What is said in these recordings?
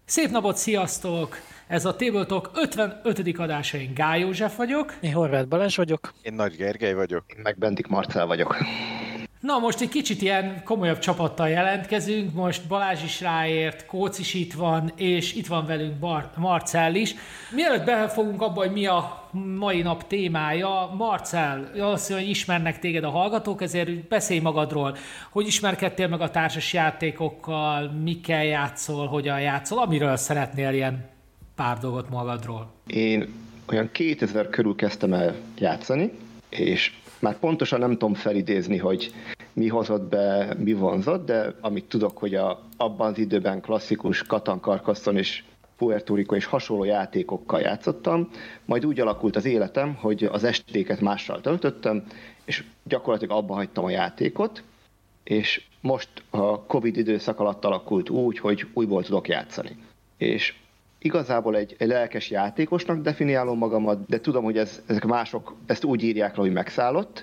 Szép napot, sziasztok! Ez a Table Talk 55. adása, én Gály József vagyok. Én Horváth Balázs vagyok. Én Nagy Gergely vagyok. Én meg Bendik Marcell vagyok. Na, most egy kicsit ilyen komolyabb csapattal jelentkezünk, most Balázs is ráért, Kóc is itt van, és itt van velünk Marcell is. Mielőtt belefogunk abba, hogy mi a mai nap témája, Marcell, azt mondja, hogy ismernek téged a hallgatók, ezért beszélj magadról. Hogy ismerkedtél meg a társas játékokkal, mikkel játszol, hogyan játszol, amiről szeretnél ilyen pár dolgot magadról? Én olyan 2000 körül kezdtem el játszani, és már pontosan nem tudom felidézni, hogy mi hozott be, mi vonzott, de amit tudok, hogy abban az időben klasszikus Catan, Carcassonne és Puerto Rico és hasonló játékokkal játszottam, majd úgy alakult az életem, hogy az estéket mással töltöttem, és gyakorlatilag abba hagytam a játékot, és most a Covid időszak alatt alakult úgy, hogy újból tudok játszani. És igazából egy lelkes játékosnak definiálom magamat, de tudom, hogy ezek mások ezt úgy írják le, hogy megszállott,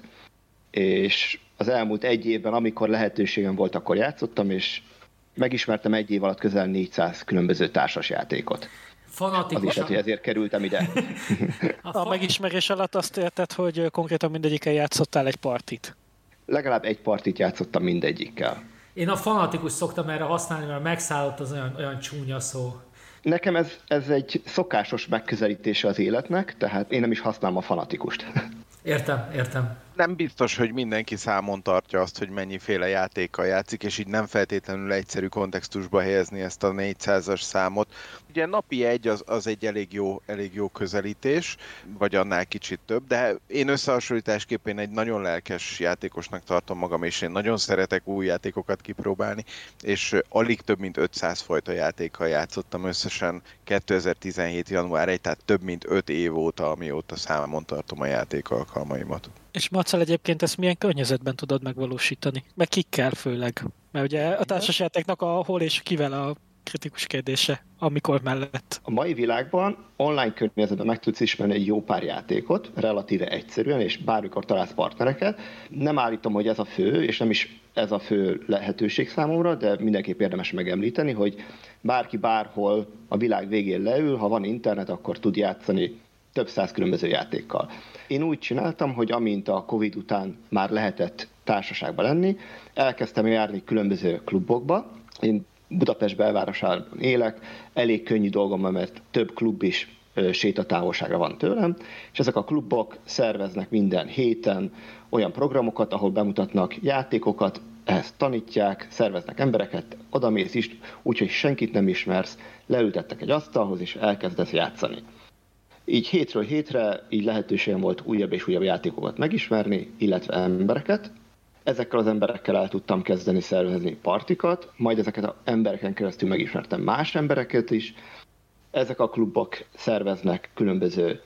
és az elmúlt egy évben, amikor lehetőségem volt, akkor játszottam, és megismertem egy év alatt közel 400 különböző társas játékot. Fanatikusan. Az is, hogy ezért kerültem ide. A megismerés alatt azt érted, hogy konkrétan mindegyikkel játszottál egy partit? Legalább egy partit játszottam mindegyikkel. Én a fanatikus szoktam erre használni, mert megszállott az olyan csúnya szó. Nekem ez egy szokásos megközelítése az életnek, tehát én nem is használom a fanatikust. Értem. Nem biztos, hogy mindenki számon tartja azt, hogy mennyiféle játékkal játszik, és így nem feltétlenül egyszerű kontextusba helyezni ezt a 400-as számot. Ugye napi egy az egy elég jó közelítés, vagy annál kicsit több, de én összehasonlításképpen egy nagyon lelkes játékosnak tartom magam, és én nagyon szeretek új játékokat kipróbálni, és alig több mint 500 fajta játékkal játszottam összesen 2017. január 1, tehát több mint 5 év óta, amióta számon tartom a játék alkalmaimat. És Marcell, egyébként ezt milyen környezetben tudod megvalósítani? Meg kikkel főleg? Mert ugye a társasjátéknak a hol és kivel a kritikus kérdése, amikor mellett. A mai világban online környezetben meg tudsz ismerni egy jó pár játékot, relatíve egyszerűen, és bármikor találsz partnereket. Nem állítom, hogy ez a fő, és nem is ez a fő lehetőség számomra, de mindenképp érdemes megemlíteni, hogy bárki bárhol a világ végén leül, ha van internet, akkor tud játszani több száz különböző játékkal. Én úgy csináltam, hogy amint a Covid után már lehetett társaságban lenni, elkezdtem járni különböző klubokba. Én Budapest belvárosában élek, elég könnyű dolgom van, mert több klub is sétatávolságra van tőlem, és ezek a klubok szerveznek minden héten olyan programokat, ahol bemutatnak játékokat, ehhez tanítják, szerveznek embereket, odamész is, úgyhogy senkit nem ismersz, leültettek egy asztalhoz, és elkezdesz játszani. Így hétről hétre így lehetőségem volt újabb és újabb játékokat megismerni, illetve embereket. Ezekkel az emberekkel el tudtam kezdeni szervezni partikat, majd ezeket az embereken keresztül megismertem más embereket is. Ezek a klubok szerveznek különböző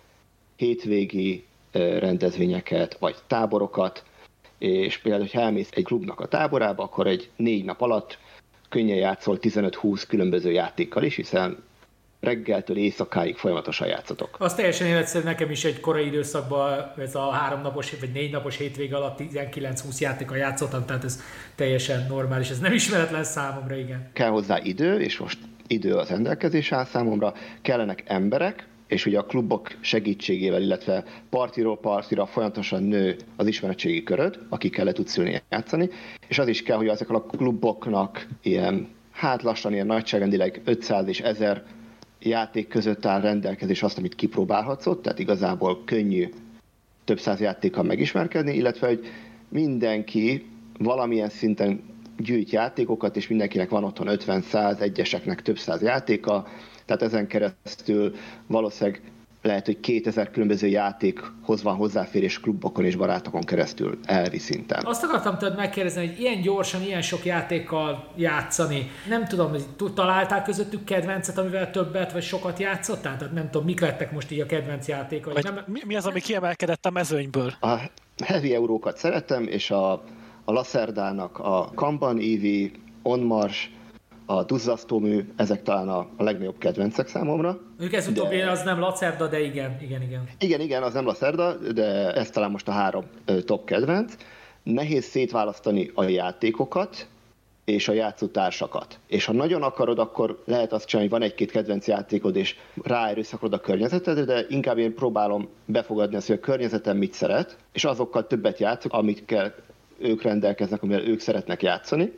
hétvégi rendezvényeket, vagy táborokat, és például, ha elmész egy klubnak a táborába, akkor egy 4 nap alatt könnyen játszol 15-20 különböző játékkal is, hiszen reggeltől éjszakáig folyamatosan játszatok. Az teljesen életszerű, nekem is egy korai időszakban, ez a 3 napos vagy 4 napos hétvége alatt 19-20 játékkal játszottam, tehát ez teljesen normális, ez nem ismeretlen számomra, igen. Kell hozzá idő, és most idő az rendelkezés áll számomra, kellenek emberek, és ugye a klubok segítségével, illetve partiról partira folyamatosan nő az ismeretségi köröd, akikkel le tudsz ülni játszani, és az is kell, hogy ezek a kluboknak ilyen, lassan ilyen nagyságrendileg 500 és 1000 játék között áll rendelkezés azt, amit kipróbálhatsz ott, tehát igazából könnyű több száz játékkal megismerkedni, illetve hogy mindenki valamilyen szinten gyűjt játékokat, és mindenkinek van otthon 50-100, egyeseknek több száz játéka, tehát ezen keresztül valószínűleg lehet, hogy 2000 különböző játékhoz van hozzáférés klubokon és barátokon keresztül elvi szinten. Azt akartam tőled megkérdezni, hogy ilyen gyorsan, ilyen sok játékkal játszani, nem tudom, találtál közöttük kedvencet, amivel többet vagy sokat játszottál? Tehát nem tudom, mik lettek most így a kedvenc játékai? Mi az, ami kiemelkedett a mezőnyből? A heavy eurókat szeretem, és a Lacerdának a Kanban Eevee, Onmarsh, a duzzasztómű, ezek talán a legnagyobb kedvencek számomra. Ők ez utóbbi az nem Lacerda, de igen. Igen, az nem Lacerda, de ez talán most a 3 top kedvenc. Nehéz szétválasztani a játékokat, és a játszótársakat. És ha nagyon akarod, akkor lehet azt csinálni, hogy van egy-két kedvenc játékod, és ráerőszakolod a környezetedre, de inkább én próbálom befogadni azt, hogy a környezetem mit szeret, és azokkal többet játszok, amikkel ők rendelkeznek, amivel ők szeretnek játszani.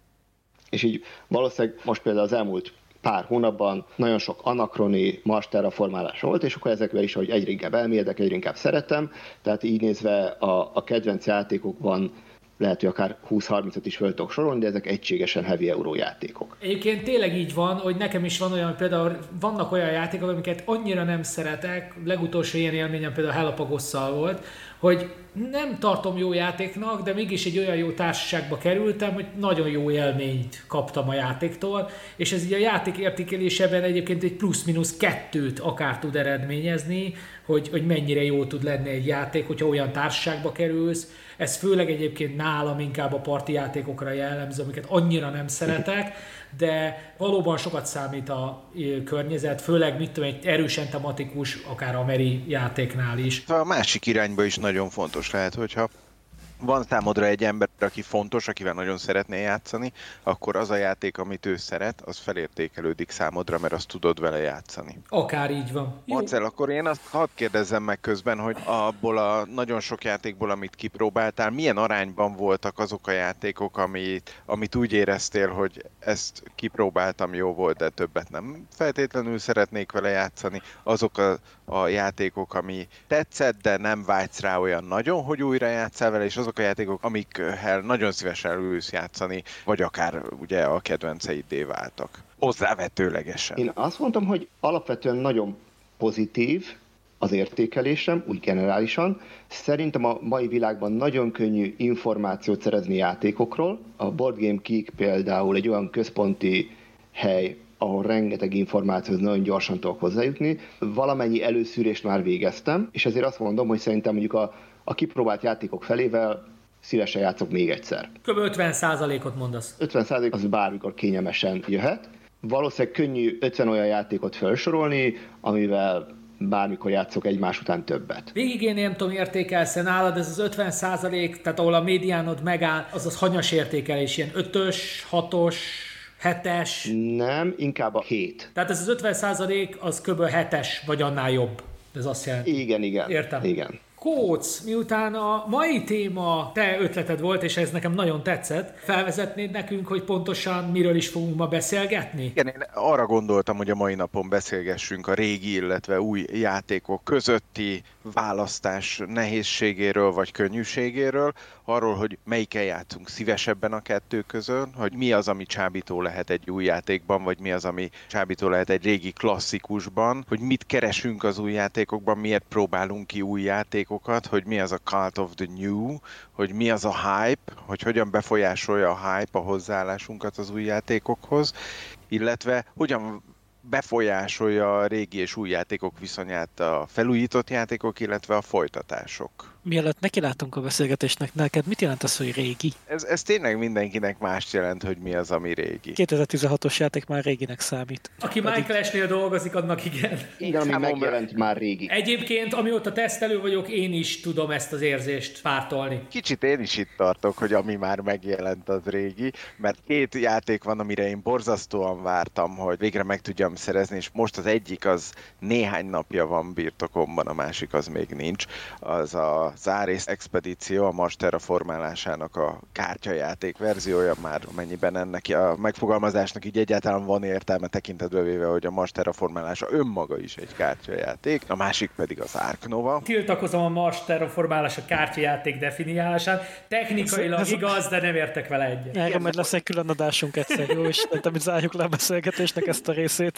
És így valószínűleg most például az elmúlt pár hónapban nagyon sok anakroni Mars terraformálás volt, és akkor ezekben is, hogy egyre inkább elmélyedek, egyre inkább szeretem, tehát így nézve a kedvenc játékokban lehet, hogy akár 20-30-at is föl tudok sorolni, de ezek egységesen heavy euro játékok. Egyébként tényleg így van, hogy nekem is van olyan, hogy például vannak olyan játékok, amiket annyira nem szeretek, legutolsó ilyen élményem például Halapagosszal volt, hogy nem tartom jó játéknak, de mégis egy olyan jó társaságba kerültem, hogy nagyon jó élményt kaptam a játéktól, és ez így a játék értékelésében egyébként egy plusz-minusz 2-t akár tud eredményezni, hogy mennyire jó tud lenni egy játék, hogyha olyan társaságba kerülsz. Ez főleg egyébként nálam inkább a parti játékokra jellemző, amiket annyira nem szeretek, de valóban sokat számít a környezet, főleg mit tudom, egy erősen tematikus, akár ameri játéknál is. A másik irányba is nagyon fontos lehet, hogyha van számodra egy ember, aki fontos, akivel nagyon szeretnél játszani, akkor az a játék, amit ő szeret, az felértékelődik számodra, mert azt tudod vele játszani. Akár így van. Marcell, akkor én azt hadd kérdezzem meg közben, hogy abból a nagyon sok játékból, amit kipróbáltál, milyen arányban voltak azok a játékok, amit úgy éreztél, hogy ezt kipróbáltam, jó volt, de többet nem feltétlenül szeretnék vele játszani, azok a játékok, ami tetszett, de nem vágysz rá olyan nagyon, hogy újra játsszál vele, és azok a játékok, amikkel nagyon szívesen elülsz játszani, vagy akár ugye a kedvenceiddé váltak. Hozzávetőlegesen. Én azt mondtam, hogy alapvetően nagyon pozitív az értékelésem, úgy generálisan. Szerintem a mai világban nagyon könnyű információt szerezni játékokról. A Board Game Geek például egy olyan központi hely, ahol rengeteg információhoz nagyon gyorsan tudok hozzájutni. Valamennyi előszűrést már végeztem, és ezért azt mondom, hogy szerintem mondjuk a kipróbált játékok felével szívesen játszok még egyszer. Kb. 50%-ot mondasz. 50% az bármikor kényelmesen jöhet. Valószínűleg könnyű 50 olyan játékot felsorolni, amivel bármikor játszok egymás után többet. Végig én nem tudom, értékelsz nálad, ez az 50%, tehát ahol a médiánod megáll, az hanyas értékelés, ilyen 5-ös, 6-os, 7-es? Nem, inkább a 7. Tehát ez az 50% az kb. 7-es, vagy annál jobb. Ez azt jelenti. Igen. Értem. Igen. Kóc, miután a mai téma te ötleted volt, és ez nekem nagyon tetszett, felvezetnéd nekünk, hogy pontosan miről is fogunk ma beszélgetni? Igen, én arra gondoltam, hogy a mai napon beszélgessünk a régi, illetve új játékok közötti választás nehézségéről vagy könnyűségéről, arról, hogy melyikkel játszunk szívesebben a kettő közön, hogy mi az, ami csábító lehet egy új játékban, vagy mi az, ami csábító lehet egy régi klasszikusban, hogy mit keresünk az új játékokban, miért próbálunk ki új játékokat, hogy mi az a cult of the new, hogy mi az a hype, hogy hogyan befolyásolja a hype a hozzáállásunkat az új játékokhoz, illetve hogyan befolyásolja a régi és új játékok viszonyát a felújított játékok, illetve a folytatások. Mielőtt nekilátunk a beszélgetésnek, neked mit jelent az, hogy régi? Ez tényleg mindenkinek mást jelent, hogy mi az, ami régi. 2016-os játék már réginek számít. Aki Michael-esnél dolgozik, annak igen. Igen, ami megjelent már régi. Egyébként, amióta tesztelő vagyok, én is tudom ezt az érzést pártolni. Kicsit én is itt tartok, hogy ami már megjelent, az régi, mert 2 játék van, amire én borzasztóan vártam, hogy végre meg tudjam szerezni, és most az egyik az néhány napja van birtokomban, a másik az még nincs. Az a Ares Expedíció, a Mars terraformálásának a kártyajáték verziója, már mennyiben ennek a megfogalmazásnak így egyáltalán van értelme tekintetbe véve, hogy a Mars terraformálása önmaga is egy kártyajáték, a másik pedig az Ark Nova. Tiltakozom a Mars terraformálása kártyajáték definiálásán. Technikailag igaz, de nem értek vele egyet. Erre majd lesz egy külön adásunk egyszer, jó? És szerintem zárjuk le a beszélgetésnek ezt a részét.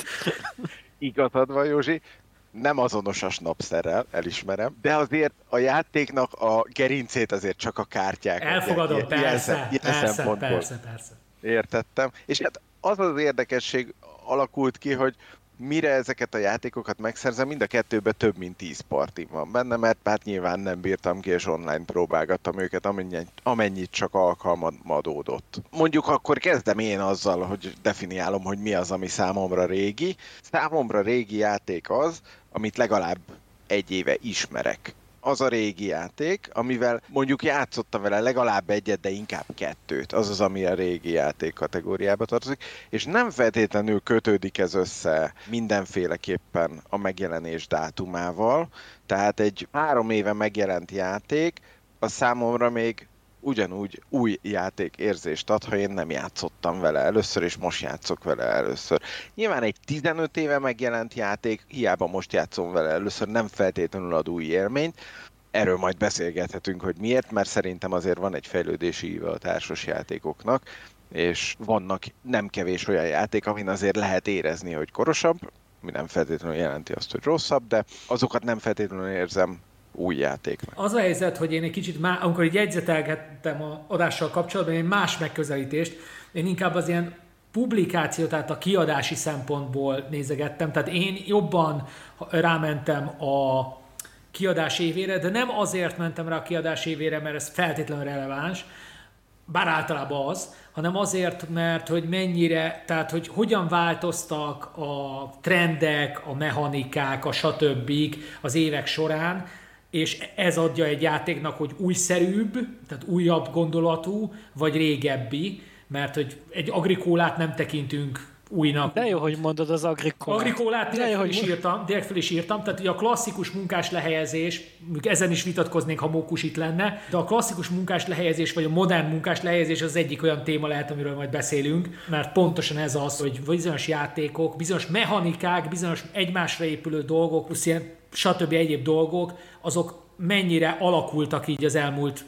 Igazad van, Józsi. Nem azonos a snapszerrel, elismerem, de azért a játéknak a gerincét azért csak a kártyák. Elfogadom, persze. Értettem. És hát az az érdekesség alakult ki, hogy mire ezeket a játékokat megszerzem, mind a kettőben több mint 10 partim van benne, mert hát nyilván nem bírtam ki, és online próbálgattam őket, amennyit csak alkalmam adódott. Mondjuk akkor kezdem én azzal, hogy definiálom, hogy mi az, ami számomra régi. Számomra régi játék az, amit legalább 1 éve ismerek. az a régi játék, amivel mondjuk játszottam vele legalább egyet, de inkább kettőt. Az az, ami a régi játék kategóriába tartozik, és nem feltétlenül kötődik ez össze mindenféleképpen a megjelenés dátumával, tehát egy 3 éve megjelent játék, az számomra még ugyanúgy új játék érzést ad, ha én nem játszottam vele először, és most játszok vele először. Nyilván egy 15 éve megjelent játék, hiába most játszom vele először, nem feltétlenül ad új élményt. Erről majd beszélgethetünk, hogy miért, mert szerintem azért van egy fejlődési íve a társas játékoknak, és vannak nem kevés olyan játék, amin azért lehet érezni, hogy korosabb, ami nem feltétlenül jelenti azt, hogy rosszabb, de azokat nem feltétlenül érzem új játéknak. Az a helyzet, hogy én egy kicsit amikor így jegyzetelgettem a adással kapcsolatban, én más megközelítést, én inkább az ilyen publikáció, tehát a kiadási szempontból nézegettem, tehát én jobban rámentem a kiadás évére, de nem azért mentem rá a kiadás évére, mert ez feltétlenül releváns, bár általában az, hanem azért, mert hogy mennyire, tehát hogy hogyan változtak a trendek, a mechanikák, a stb. Az évek során, és ez adja egy játéknak, hogy újszerűbb, tehát újabb gondolatú, vagy régebbi, mert hogy egy Agricólát nem tekintünk újnak. De jó, hogy mondod az Agricólát. Agricólát direkt fel is írtam, tehát ugye a klasszikus munkás lehelyezés, ezen is vitatkoznénk, ha Mókus itt lenne, de a klasszikus munkás lehelyezés, vagy a modern munkás lehelyezés az egyik olyan téma lehet, amiről majd beszélünk, mert pontosan ez az, hogy bizonyos játékok, bizonyos mechanikák, bizonyos egymásra épülő dolgok, plusz ilyen stb. Egyéb dolgok, azok mennyire alakultak így az elmúlt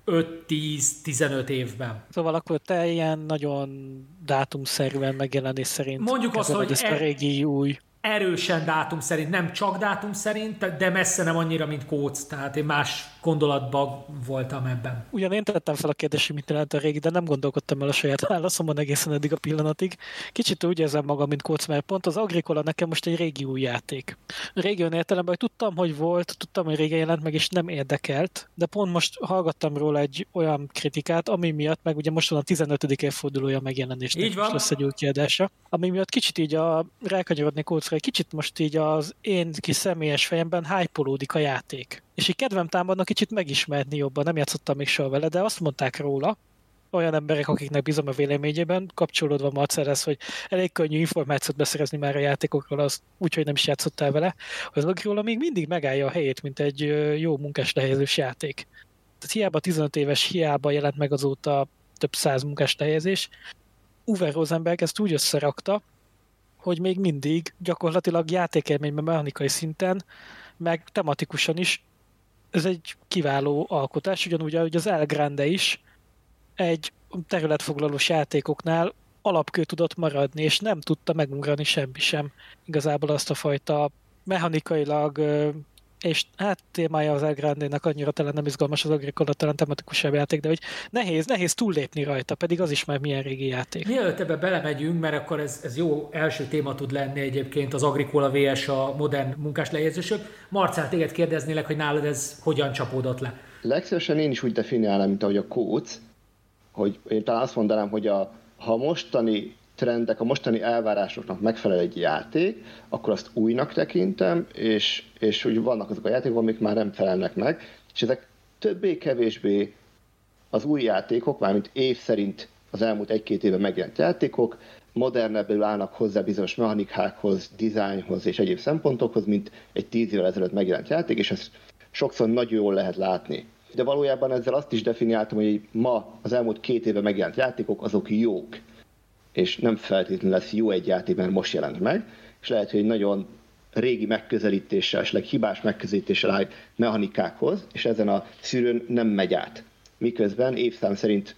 5-10-15 évben. Szóval akkor te ilyen nagyon dátumszerűen megjelenés szerint mondjuk azt, hogy ezt a régi új. Erősen dátum szerint, nem csak dátum szerint, de messze nem annyira, mint Kóc, tehát én más gondolatban voltam ebben. Ugyan én tettem fel a kérdést, hogy mit jelent a régi, de nem gondolkodtam el a saját válaszomon egészen eddig a pillanatig. Kicsit úgy érzem magam, mint Kóc, mert pont az Agricola nekem most egy régi új játék. Régi olyan értelemben, hogy tudtam, hogy volt, tudtam, hogy régen jelent meg, és nem érdekelt, de pont most hallgattam róla egy olyan kritikát, ami miatt, meg ugye most van a 15. évfordulója megjelenésnek, most lesz egy új kiadása, ami miatt kicsit így rákanyarodni Kócra, egy kicsit most így az én kis személyes fejemben hype-olódik a játék. És így kedvem támadna kicsit megismerni jobban, nem játszottam még soha vele, de azt mondták róla, olyan emberek, akiknek bízom a véleményében, kapcsolódva Marcelhez, hogy elég könnyű információt beszerezni már a játékokról, az úgyhogy nem is játszottál vele, hogy az Agricola még mindig megállja a helyét, mint egy jó munkás lehelyezős játék. Tehát hiába 15 éves, hiába jelent meg azóta több 100 munkás lehelyezés, Uwe Rosenberg ezt úgy összerakta, hogy még mindig gyakorlatilag játékélményben, mechanikai szinten, meg tematikusan is ez egy kiváló alkotás, ugyanúgy, ahogy az El Grande is egy területfoglalós játékoknál alapkő tudott maradni, és nem tudta megugrani semmi sem igazából azt a fajta mechanikailag, és hát témája az El Grande-nek annyira talán nem izgalmas, az Agricola talán tematikusabb játék, de hogy nehéz túllépni rajta, pedig az is már milyen régi játék. Mielőtt ebbe belemegyünk, mert akkor ez jó első téma tud lenni egyébként az Agricola vs. A modern munkás lehelyezősök. Marcell, téged kérdeznélek, hogy nálad ez hogyan csapódott le? Legszívesen én is úgy definiálnám, mint ahogy a Kóc, hogy én talán azt mondanám, hogy ha a mostani trendek, a mostani elvárásoknak megfelel egy játék, akkor azt újnak tekintem, és úgy vannak azok a játékok, amik már nem felelnek meg, és ezek többé-kevésbé az új játékok, mármint év szerint az elmúlt 1-2 éve megjelent játékok, modernebből állnak hozzá bizonyos mechanikákhoz, dizájnhoz és egyéb szempontokhoz, mint egy 10 évvel ezelőtt megjelent játék, és ezt sokszor nagyon jól lehet látni. De valójában ezzel azt is definiáltam, hogy ma az elmúlt 2 éve megjelent játékok, azok jók, és nem feltétlenül lesz jó egy játék, mert most jelent meg, és lehet, hogy nagyon régi megközelítéssel, esetleg hibás megközelítéssel áll mechanikákhoz, és ezen a szűrőn nem megy át. Miközben évszám szerint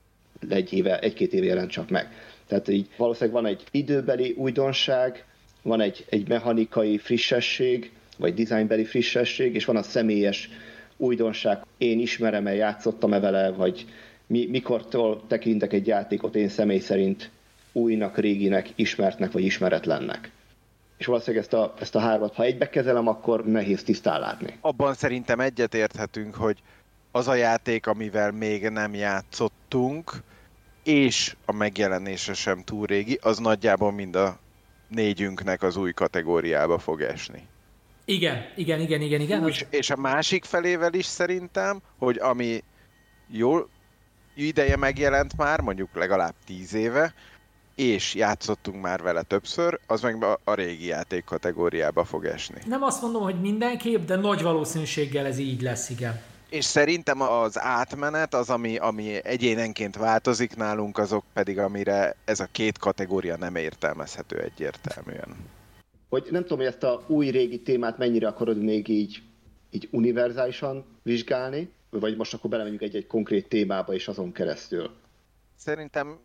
1-2 éve jelent csak meg. Tehát így valószínűleg van egy időbeli újdonság, van egy mechanikai frissesség, vagy dizájnbeli frissesség, és van a személyes újdonság. Én ismerem-e, játszottam-e vele, vagy mikortól tekintek egy játékot én személy szerint újnak, réginek, ismertnek vagy ismeretlennek. És valószínűleg ezt a hármat, ha egybe kezelem, akkor nehéz tisztán látni. Abban szerintem egyetérthetünk, hogy az a játék, amivel még nem játszottunk, és a megjelenése sem túl régi, az nagyjából mind a 4-ünknek az új kategóriába fog esni. Igen. És a másik felével is szerintem, hogy ami jól ideje megjelent már, mondjuk legalább 10 éve, és játszottunk már vele többször, az meg a régi játék kategóriába fog esni. Nem azt mondom, hogy mindenképp, de nagy valószínűséggel ez így lesz, igen. És szerintem az átmenet, az, ami egyénenként változik nálunk, azok pedig, amire ez a két kategória nem értelmezhető egyértelműen. Hogy nem tudom, hogy ezt a új-régi témát mennyire akarod még így univerzálisan vizsgálni, vagy most akkor belemegyünk egy konkrét témába és azon keresztül. Szerintem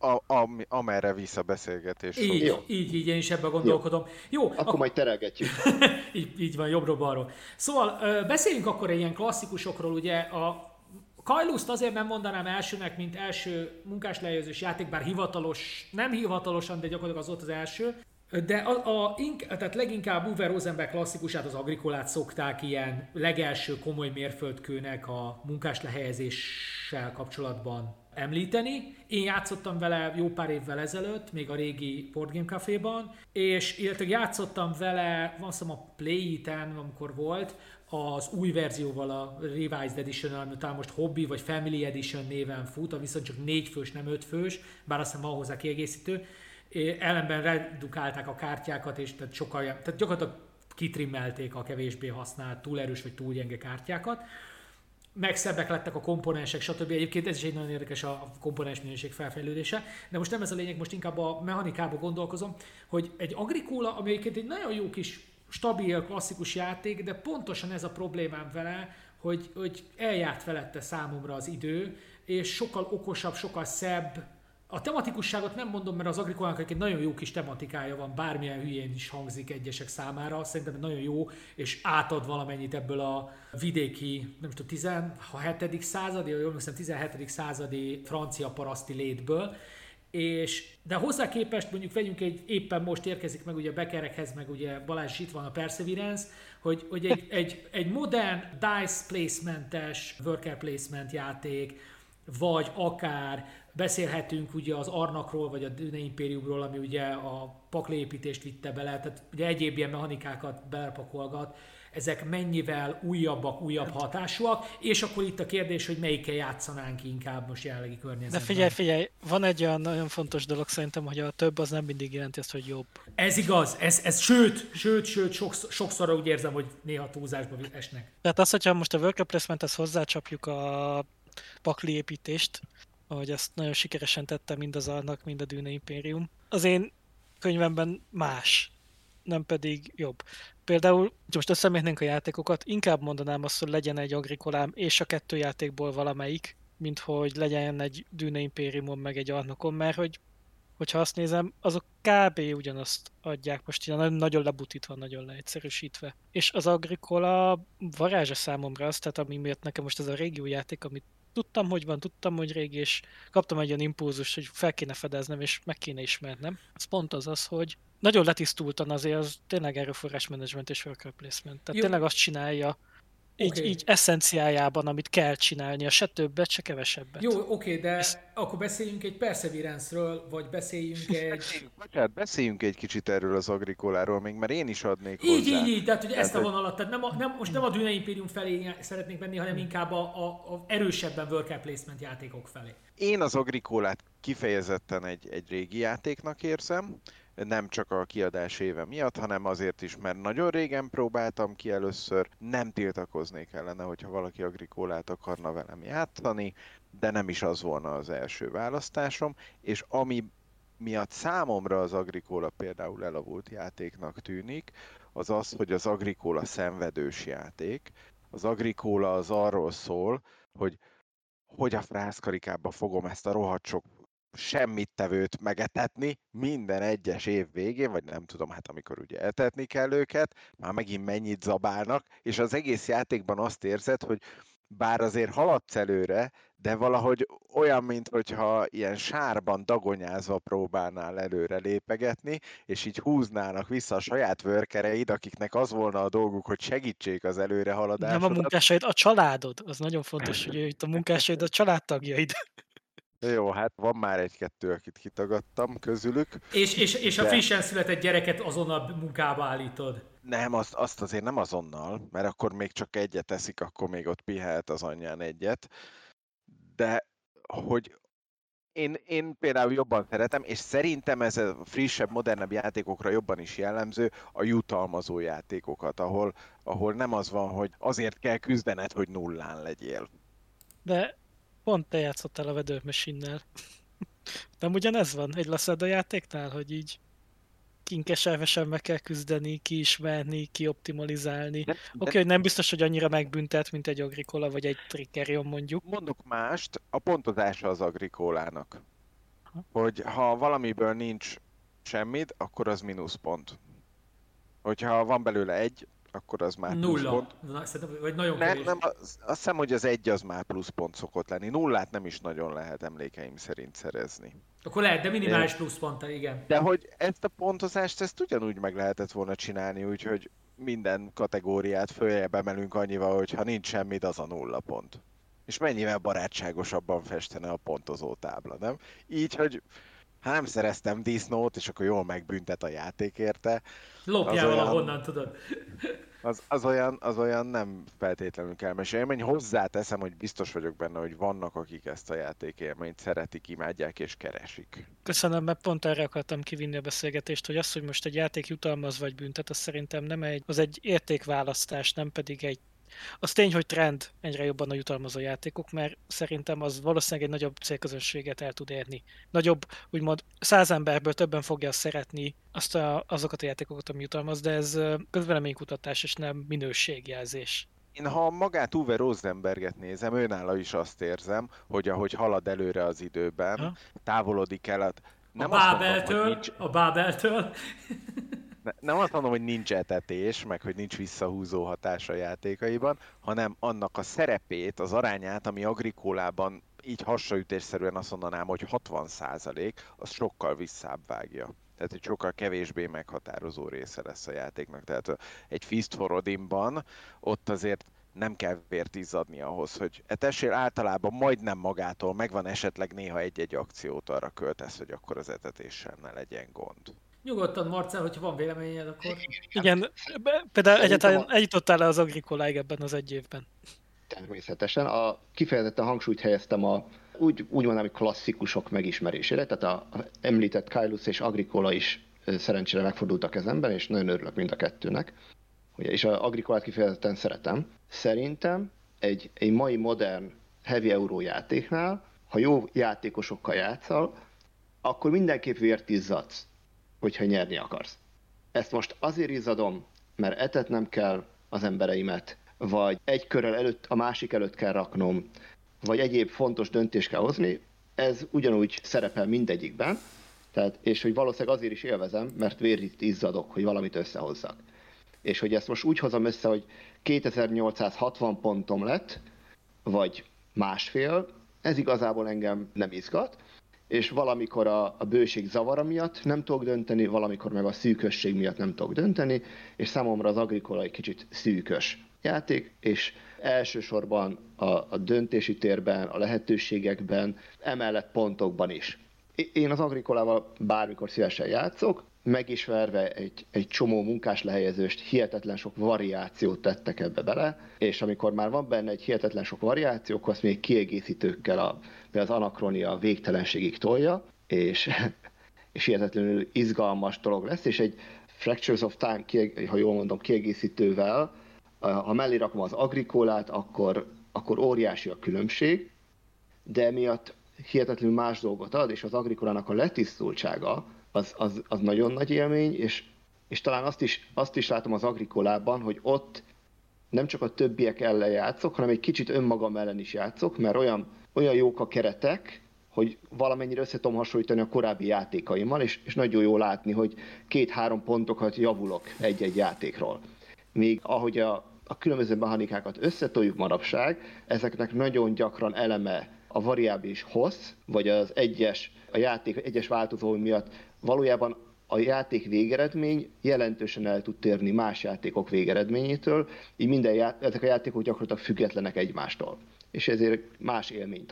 amerre visz a beszélgetés. Így, én is ebben gondolkodom. Jó, akkor majd terelgetjük. így van, jobbról-balról. Szóval beszéljünk akkor ilyen klasszikusokról, ugye a Kailuszt azért nem mondanám elsőnek, mint első munkáslejegyzős játék, bár nem hivatalosan, de gyakorlatilag az volt az első. De tehát leginkább Uwe Rosenberg klasszikusát, az Agrikolát szokták ilyen legelső komoly mérföldkőnek a munkáslehelyezéssel kapcsolatban említeni. Én játszottam vele jó pár évvel ezelőtt, még a régi Board Game Caféban, és illetve játszottam vele, azt hiszem a Play It-en, amikor volt, az új verzióval, a Revised Edition-nal, ami talán most Hobby vagy Family Edition néven fut, ami viszont csak 4 fős, nem 5 fős, bár azt hiszem van hozzá kiegészítő. Ellenben redukálták a kártyákat, és tehát gyakorlatilag kitrimmelték a kevésbé használt, túl erős vagy túl gyenge kártyákat. Meg szebbek lettek a komponensek, stb. Egyébként ez is egy nagyon érdekes a komponens minőség felfejlődése. De most nem ez a lényeg, most inkább a mechanikába gondolkozom, hogy egy Agricola, ami egyébként egy nagyon jó kis, stabil, klasszikus játék, de pontosan ez a problémám vele, hogy eljárt felette számomra az idő, és sokkal okosabb, sokkal szebb. A tematikusságot nem mondom, mert az Agricolának egy nagyon jó kis tematikája van, bármilyen hülyén is hangzik egyesek számára, szerintem nagyon jó, és átad valamennyit ebből a vidéki, nem tudom, 17. századi, vagy jól hiszem 17. századi francia paraszti létből, de hozzá képest mondjuk vegyünk éppen most érkezik meg ugye Beckerekhez, meg ugye Balázs is itt van a Perseverance, hogy egy modern dice placementes, worker placement játék, vagy akár beszélhetünk ugye az Arnakról, vagy a Dune Imperiumról, ami ugye a pakliépítést vitte bele, tehát ugye egyéb ilyen mechanikákat belepakolgat, ezek mennyivel újabb hatásúak, és akkor itt a kérdés, hogy melyikkel játszanánk inkább most jelenlegi környezetben. De figyelj, van egy olyan nagyon fontos dolog szerintem, hogy a több az nem mindig jelenti azt, hogy jobb. Ez igaz, sőt, sokszor úgy érzem, hogy néha túlzásba esnek. Tehát az, hogyha most a worker placement-hez hozzácsapjuk a pakli építést, ahogy ezt nagyon sikeresen tette mind az Arnak, mind a Dune Imperium, az én könyvemben más, nem pedig jobb. Például, most összemérnénk a játékokat, inkább mondanám azt, hogy legyen egy Agricolám és a 2 játékból valamelyik, mint hogy legyen egy Dune Imperiumon meg egy Arnokon, mert hogyha azt nézem, azok kb. Ugyanazt adják most ilyen nagyon lebutítva, nagyon leegyszerűsítve. És az Agricola varázsa számomra az, tehát ami miatt nekem most ez a régió játék, amit tudtam, hogy régi, és kaptam egy olyan impulzust, hogy fel kéne fedeznem, és meg kéne ismernem. Az pont az, hogy nagyon letisztultan azért az tényleg erőforrás management és worker placement. Tehát tényleg azt csinálja, így eszenciájában, amit kell csinálnia, se többet, se kevesebbet. Jó, de akkor beszéljünk egy Perseverance-ről, vagy beszéljünk egy kicsit erről az Agricoláról még, mert én is adnék hozzá. Így, tehát hogy ezt a vonalat, tehát most nem a Dune Imperium felé szeretnék menni, hanem inkább a erősebben worker placement játékok felé. Én az Agricolát kifejezetten egy régi játéknak érzem, nem csak a kiadás éve miatt, hanem azért is, mert nagyon régen próbáltam ki először, nem tiltakoznék ellene, hogyha valaki Agricolát akarna velem játszani, de nem is az volna az első választásom, és ami miatt számomra az Agricola például elavult játéknak tűnik, az az, hogy az Agricola szenvedős játék. Az Agricola az arról szól, hogy a frászkarikába fogom ezt a rohadt sok semmit tevőt megetetni minden egyes év végén, vagy nem tudom, hát amikor ugye etetni kell őket, már megint mennyit zabálnak, és az egész játékban azt érzed, hogy bár azért haladsz előre, de valahogy olyan, mintha ilyen sárban dagonyázva próbálnál előre lépegetni, és így húznának vissza a saját workereid, akiknek az volna a dolguk, hogy segítsék az előrehaladásodat. Nem a munkásaid, a családod. Az nagyon fontos, hogy itt a munkásaid a családtagjaid. Jó, hát van már egy-kettő, akit kitagadtam közülük. És a frissen született gyereket azonnal munkába állítod. Nem, azt azért nem azonnal, mert akkor még csak egyet eszik, akkor még ott pihenhet az anyján egyet. De hogy én például jobban szeretem, és szerintem ez a frissebb, modernebb játékokra jobban is jellemző, a jutalmazó játékokat, ahol nem az van, hogy azért kell küzdened, hogy nullán legyél. De pont te játszottál a Weather Machine-nel. Nem ugyanez van egy Lacerda játéknál, hogy így kinkeservesen meg kell küzdeni, kiismerni, kioptimalizálni. Oké, hogy nem biztos, hogy annyira megbüntet, mint egy Agricola vagy egy Trickerion mondjuk. Mondok mást, a pontozása az Agricolának. Hogy ha valamiből nincs semmit, akkor az mínuszpont. Hogyha van belőle egy, akkor az már pluszpont. Vagy nagyon kevés. Nem, azt hiszem, hogy az egy az már pluszpont szokott lenni. Nullát nem is nagyon lehet emlékeim szerint szerezni. Akkor lehet, de minimális pluszponttal, igen. De hogy ezt a pontozást, ezt ugyanúgy meg lehetett volna csinálni, úgyhogy minden kategóriát följebb emelünk annyival, hogy ha nincs semmit, az a 0 pont. És mennyivel barátságosabban festene a pontozó tábla, nem? Így, hogy ha nem szereztem disznót, és akkor jól megbüntet a játék érte. Lopjál valahonnan, tudod. Az olyan nem feltétlenül kellemes élmény. Hozzáteszem, hogy biztos vagyok benne, hogy vannak, akik ezt a játékélményt szeretik, imádják és keresik. Köszönöm, mert pont erre akartam kivinni a beszélgetést, hogy az, hogy most egy játék jutalmaz vagy büntet, az szerintem nem az egy értékválasztás, nem pedig egy. Az tény, hogy trend egyre jobban a jutalmazó játékok, mert szerintem az valószínűleg egy nagyobb célközönséget el tud érni. Nagyobb, úgymond 100 emberből többen fogja szeretni azokat a játékokat, ami jutalmaz, de ez közvéleménykutatás és nem minőségjelzés. Én ha magát Uwe Rosenberget nézem, őnála is azt érzem, hogy ahogy halad előre az időben, távolodik el a Bábeltől. Nem azt mondom, hogy nincs etetés, meg hogy nincs visszahúzó hatás a játékaiban, hanem annak a szerepét, az arányát, ami Agricolában így hasraütésszerűen azt mondanám, hogy 60%, az sokkal visszább vágja. Tehát egy sokkal kevésbé meghatározó része lesz a játéknak. Tehát egy Feast for Odinban ott azért nem kell vért izzadni ahhoz, hogy etessél, általában majdnem magától, megvan esetleg néha egy-egy akciót arra költesz, hogy akkor az etetéssel ne legyen gond. Nyugodtan, Marcell, hogyha van véleményed, akkor... Igen, például egyáltalán eljutottál-e az Agricoláig ebben az egy évben? Természetesen. Kifejezetten hangsúlyt helyeztem úgy mondanám, hogy klasszikusok megismerésére, tehát a említett Kailus és Agricola is szerencsére megfordult a kezemben, és nagyon örülök mind a kettőnek. És az Agricolát kifejezetten szeretem. Szerintem egy mai modern heavy euro játéknál, ha jó játékosokkal játszol, akkor mindenképp vért izzadsz, hogyha nyerni akarsz. Ezt most azért izzadom, mert etetnem kell az embereimet, vagy egy körrel előtt, a másik előtt kell raknom, vagy egyéb fontos döntést kell hozni, ez ugyanúgy szerepel mindegyikben, és hogy valószínűleg azért is élvezem, mert vérit izzadok, hogy valamit összehozzak. És hogy ezt most úgy hozom össze, hogy 2860 pontom lett, vagy másfél, ez igazából engem nem izgat, és valamikor a bőség zavara miatt nem tudok dönteni, valamikor meg a szűkösség miatt nem tudok dönteni, és számomra az Agricola egy kicsit szűkös játék, és elsősorban a döntési térben, a lehetőségekben, emellett pontokban is. Én az Agricolával bármikor szívesen játszok, megismerve egy csomó munkás lehelyezőst, hihetetlen sok variációt tettek ebbe bele, és amikor már van benne egy hihetetlen sok variáció, akkor azt még kiegészítőkkel az anakronia végtelenségig tolja, és hihetetlenül izgalmas dolog lesz, és egy Fractures of Time, ha jól mondom, kiegészítővel, ha mellé rakom az Agricolát, akkor óriási a különbség, de emiatt hihetetlenül más dolgot ad, és az Agricolának a letisztultsága az nagyon nagy élmény, és talán azt is látom az Agricolában, hogy ott nem csak a többiek ellen játszok, hanem egy kicsit önmagam ellen is játszok, mert olyan jók a keretek, hogy valamennyire össze tudom hasonlítani a korábbi játékaimmal, és nagyon jó látni, hogy 2-3 pontokat javulok egy-egy játékról. Még ahogy a különböző mechanikákat összetoljuk manapság, ezeknek nagyon gyakran eleme a variábilis hossz, vagy a játék egyes változói miatt valójában a játék végeredmény jelentősen el tud térni más játékok végeredményétől, így ezek a játékok gyakorlatilag függetlenek egymástól, és ezért más élményt ad.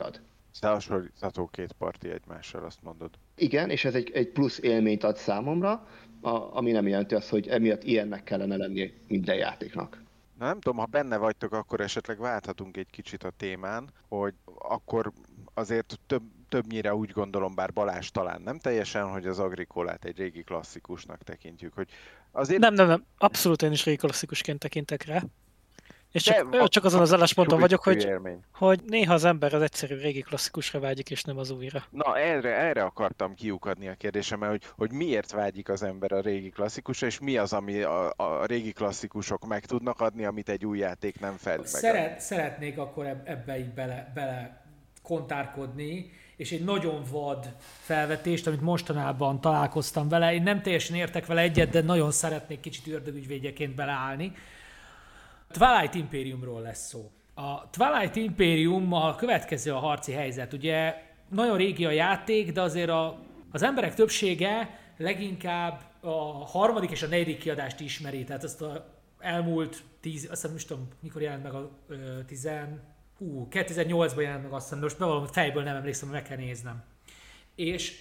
Összehasonlítható két parti egymással, azt mondod. Igen, és ez egy plusz élményt ad számomra, ami nem jelenti azt, hogy emiatt ilyennek kellene lenni minden játéknak. Na nem tudom, ha benne vagytok, akkor esetleg válthatunk egy kicsit a témán, hogy akkor azért többnyire úgy gondolom, bár Balázs talán nem teljesen, hogy az Agrikolát egy régi klasszikusnak tekintjük, hogy azért... Nem, abszolút én is régi klasszikusként tekintek rá. És csak azon az állásponton vagyok, hogy néha az ember az egyszerű régi klasszikusra vágyik, és nem az újra. Na, erre akartam kiukadni a kérdésemet, hogy miért vágyik az ember a régi klasszikusra, és mi az, ami a régi klasszikusok meg tudnak adni, amit egy új játék nem fed meg. Szeretnék akkor ebbe így bele kontárkodni, és egy nagyon vad felvetést, amit mostanában találkoztam vele. Én nem teljesen értek vele egyet, de nagyon szeretnék kicsit ördögügyvédjeként beleállni. Twilight Imperiumról lesz szó. A Twilight Imperiummal következő a harci helyzet. Ugye nagyon régi a játék, de azért az emberek többsége leginkább a harmadik és a negyedik kiadást ismeri. Tehát ezt az elmúlt 10, azt nem tudom, mikor jelent meg a 2008-ban jelent meg, azt hiszem, most bevallom, fejből nem emlékszem, meg kell néznem. És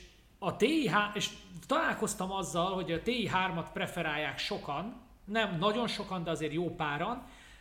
és találkoztam azzal, hogy a TI3-at preferálják sokan, nem nagyon sokan, de azért jó páran,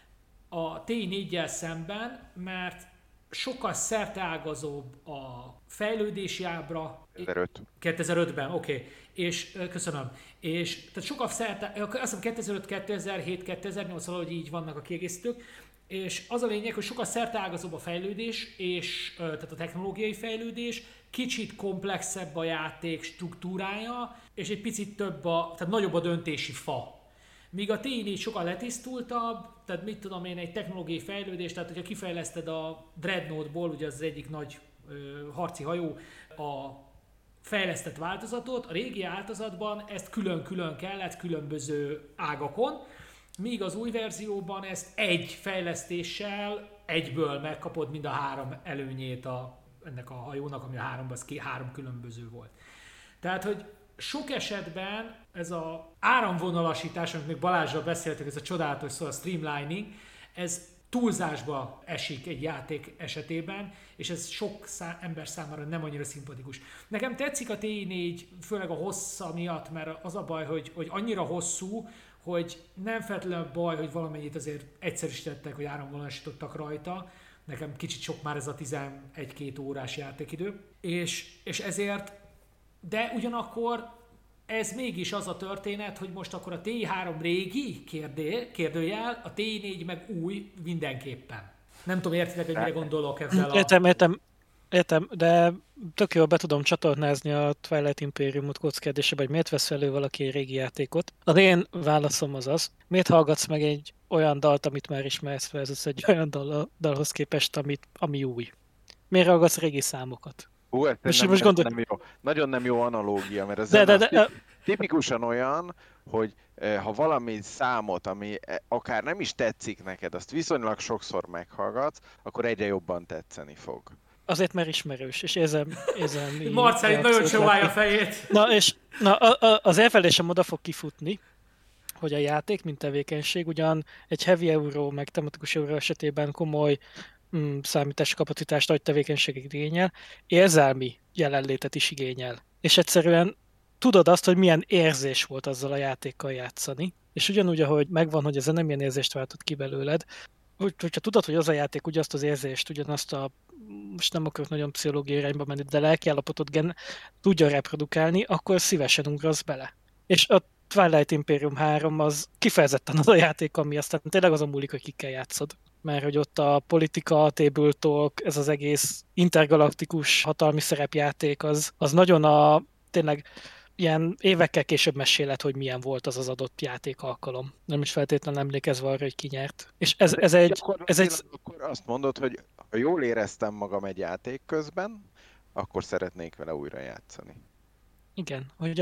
a TI4-jel szemben, mert sokkal szerteágazóbb a fejlődési ábra. 2005-ben, oké. És köszönöm. És tehát sokkal azt hiszem 2005, 2007, 2008, valahogy így vannak a kiegészítők, és az a lényeg, hogy sokkal szerteágazóbb a fejlődés, és tehát a technológiai fejlődés, kicsit komplexebb a játék struktúrája, és egy picit tehát nagyobb a döntési fa. Míg a TI4 sokkal letisztultabb, tehát mit tudom én, egy technológiai fejlődés, tehát hogyha kifejleszted a Dreadnought-ból, ugye az egyik nagy harci hajó, a fejlesztett változatot, a régi változatban ezt külön-külön kellett különböző ágakon, míg az új verzióban ezt egy fejlesztéssel egyből megkapod mind a három előnyét ennek a hajónak, ami a három különböző volt. Tehát, hogy sok esetben ez az áramvonalasítás, amit még Balázsral beszéltek, ez a csodálatos szó, a streamlining, ez túlzásba esik egy játék esetében, és ez sok ember számára nem annyira szimpatikus. Nekem tetszik a TI4, főleg a hossza miatt, mert az a baj, hogy annyira hosszú, hogy nem feltétlenül baj, hogy valamennyit azért egyszerűsítettek, hogy áramvonalasítottak rajta. Nekem kicsit sok már ez a 11-2 órás játékidő. És ezért, de ugyanakkor ez mégis az a történet, hogy most akkor a TI3 régi kérdőjel, a TI4 meg új mindenképpen. Nem tudom, értitek, hogy mire gondolok ezzel Értem, de tök jól be tudom csatornázni a Twilight Imperiumot kóckérdésébe, hogy miért vesz elő valaki egy régi játékot. Az én válaszom az, miért hallgatsz meg egy olyan dalt, amit már ismersz, versus egy olyan dalhoz képest, ami új. Miért hallgatsz régi számokat? Nem jó. Nagyon nem jó analógia, mert ez tipikusan olyan, hogy ha valami számot, ami akár nem is tetszik neked, azt viszonylag sokszor meghallgatsz, akkor egyre jobban tetszeni fog. Azért, mert ismerős, és érzem Marcel itt nagyon csóválja a fejét. Az elfelésem oda fog kifutni, hogy a játék, mint tevékenység, ugyan egy heavy euro, meg tematikus euro esetében komoly számítási kapacitást, nagy tevékenységet igényel, érzelmi jelenlétet is igényel. És egyszerűen tudod azt, hogy milyen érzés volt azzal a játékkal játszani, és ugyanúgy, ahogy megvan, hogy ez nem ilyen érzést váltott ki belőled, hogyha tudod, hogy az a játék ugyanazt az érzést, ugyanazt most nem akarok nagyon pszichológiai irányba menni, de lelkiállapotot tudja reprodukálni, akkor szívesen ugrasz bele. És a Twilight Imperium 3 az kifejezetten az a játék, ami aztán tényleg azon múlik, hogy kikkel játszod. Mert hogy ott a politika, a table talk, ez az egész intergalaktikus hatalmi szerepjáték, az nagyon tényleg ilyen évekkel később mesélet, hogy milyen volt az adott játék alkalom. Nem is feltétlenül emlékezve arra, hogy ki nyert. És ez egy... Akkor azt mondod, hogy ha jól éreztem magam egy játék közben, akkor szeretnék vele újra játszani. Igen. Hogy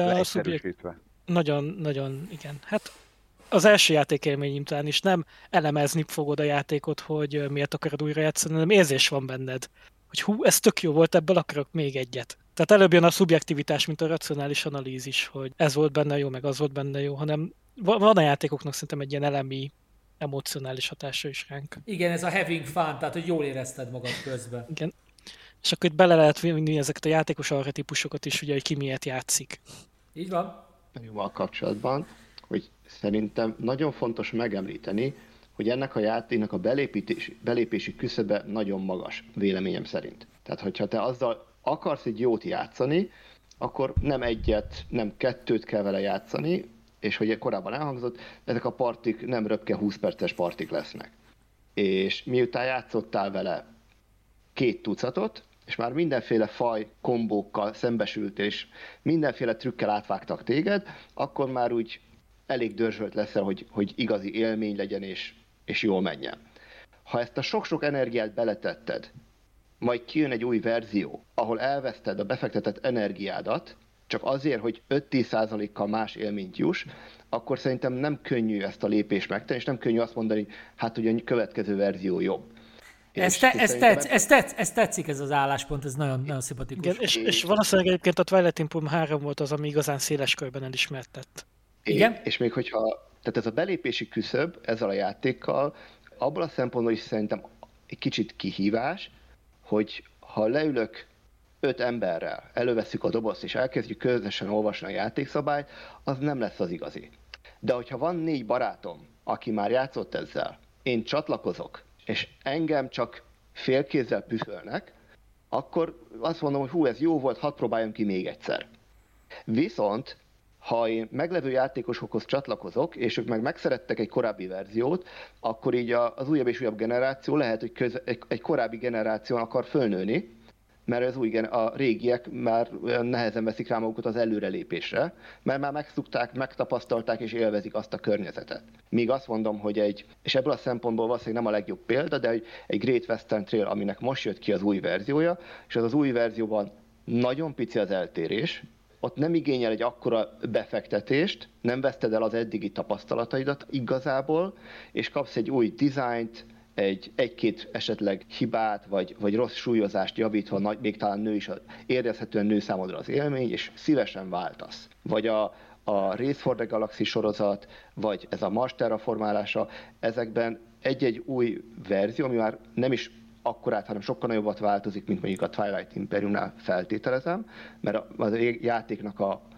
Nagyon, igen. Hát az első játékélményim talán is nem elemezni fogod a játékot, hogy miért akarod újra játszani, hanem érzés van benned. Hogy ez tök jó volt, ebből akarok még egyet. Tehát előbb jön a szubjektivitás, mint a racionális analízis, hogy ez volt benne jó, meg az volt benne jó, hanem van a játékoknak szerintem egy ilyen elemi, emocionális hatása is ránk. Igen, ez a having fun, tehát hogy jól érezted magad közben. Igen. És akkor itt bele lehet vinni ezeket a játékos archetípusokat is, ugye, hogy ki miért játszik. Így van. Jóval kapcsolatban, hogy szerintem nagyon fontos megemlíteni, hogy ennek a játéknak a belépési küszöbe nagyon magas, véleményem szerint. Tehát, hogyha te azzal akarsz egy jót játszani, akkor nem egyet, nem kettőt kell vele játszani, és hogy korábban elhangzott, ezek a partik nem röpke 20 perces partik lesznek. És miután játszottál vele 2 tucatot, és már mindenféle faj kombókkal szembesültél, és mindenféle trükkel átvágtak téged, akkor már úgy elég dörzsölt leszel, hogy igazi élmény legyen, és jól menjen. Ha ezt a sok-sok energiát beletetted, majd kijön egy új verzió, ahol elveszted a befektetett energiádat, csak azért, hogy 5-10%-kal más élményt juss, akkor szerintem nem könnyű ezt a lépést megtenni, és nem könnyű azt mondani, hát ugye a következő verzió jobb. Ez tetszik ez az álláspont, ez nagyon, nagyon szimpatikus. Igen, és valószínűleg egyébként a Twilight Imperium 3 volt az, ami igazán széles körben elismertett. Igen? És még hogyha, tehát ez a belépési küszöb ezzel a játékkal, abból a szempontból is szerintem egy kicsit kihívás, hogy ha leülök 5 emberrel, elővesszük a dobozt és elkezdjük közösen olvasni a játékszabályt, az nem lesz az igazi. De hogyha van 4 barátom, aki már játszott ezzel, én csatlakozok, és engem csak félkézzel püfölnek, akkor azt mondom, hogy hú, ez jó volt, hadd próbáljam ki még egyszer. Viszont, ha én meglevő játékosokhoz csatlakozok, és ők meg megszerettek egy korábbi verziót, akkor így az újabb és újabb generáció lehet, hogy egy korábbi generáción akar fölnőni, mert a régiek már nehezen veszik rá magukat az előrelépésre, mert már megszokták, megtapasztalták és élvezik azt a környezetet. Míg azt mondom, hogy és ebből a szempontból valószínűleg nem a legjobb példa, de egy Great Western Trail, aminek most jött ki az új verziója, és az új verzióban nagyon pici az eltérés, ott nem igényel egy akkora befektetést, nem veszted el az eddigi tapasztalataidat igazából, és kapsz egy új dizájnt, egy-két esetleg hibát, vagy rossz súlyozást javítva, még talán nő is, érezhetően nő számodra az élmény, és szívesen váltasz. Vagy a Race for the Galaxy sorozat, vagy ez a Mars terraformálása, ezekben egy-egy új verzió, ami már nem is akkorát, hanem sokkal nagyobbat változik, mint mondjuk a Twilight Imperiumnál feltételezem, mert az játéknak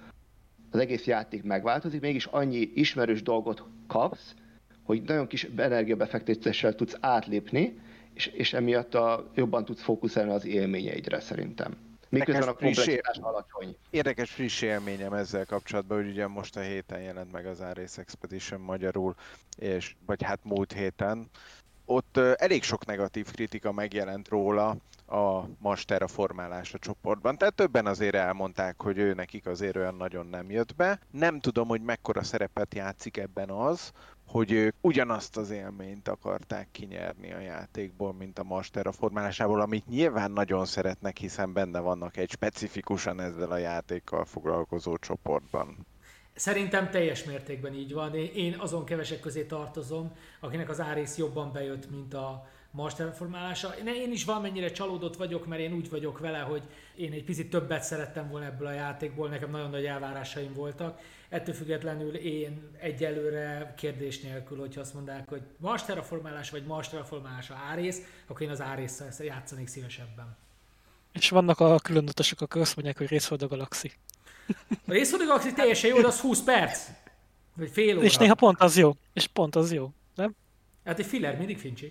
az egész játék megváltozik, mégis annyi ismerős dolgot kapsz, hogy nagyon kis energiabefektetéssel tudsz átlépni, és emiatt jobban tudsz fókuszálni az élményeidre szerintem. Miközben a komplexitás alacsony. Érdekes friss élményem ezzel kapcsolatban, hogy ugye most a héten jelent meg az Ares Expedition magyarul, vagy hát múlt héten. Ott elég sok negatív kritika megjelent róla a Mars terraformálása csoportban. Tehát többen azért elmondták, hogy nekik azért olyan nagyon nem jött be. Nem tudom, hogy mekkora szerepet játszik ebben az, hogy ők ugyanazt az élményt akarták kinyerni a játékból, mint a Mars terraformálásából, amit nyilván nagyon szeretnek, hiszen benne vannak egy specifikusan ezzel a játékkal foglalkozó csoportban. Szerintem teljes mértékben így van. Én azon kevesek közé tartozom, akinek az Ares jobban bejött, mint a Mars terraformálása. Én is valamennyire csalódott vagyok, mert én úgy vagyok vele, hogy én egy picit többet szerettem volna ebből a játékból, nekem nagyon nagy elvárásaim voltak. Ettől függetlenül én egyelőre kérdés nélkül, hogyha azt mondják, hogy Mars terraformálás vagy Mars terraformálása Ares, akkor én az Ares-szel játszanék szívesebben. És vannak a különutasok, akik azt mondják, hogy Race for the Galaxy. A Race for the Galaxy teljesen jó, de az 20 perc. Vagy fél óra. És néha pont az jó, nem? Hát egy filler mindig fincsi.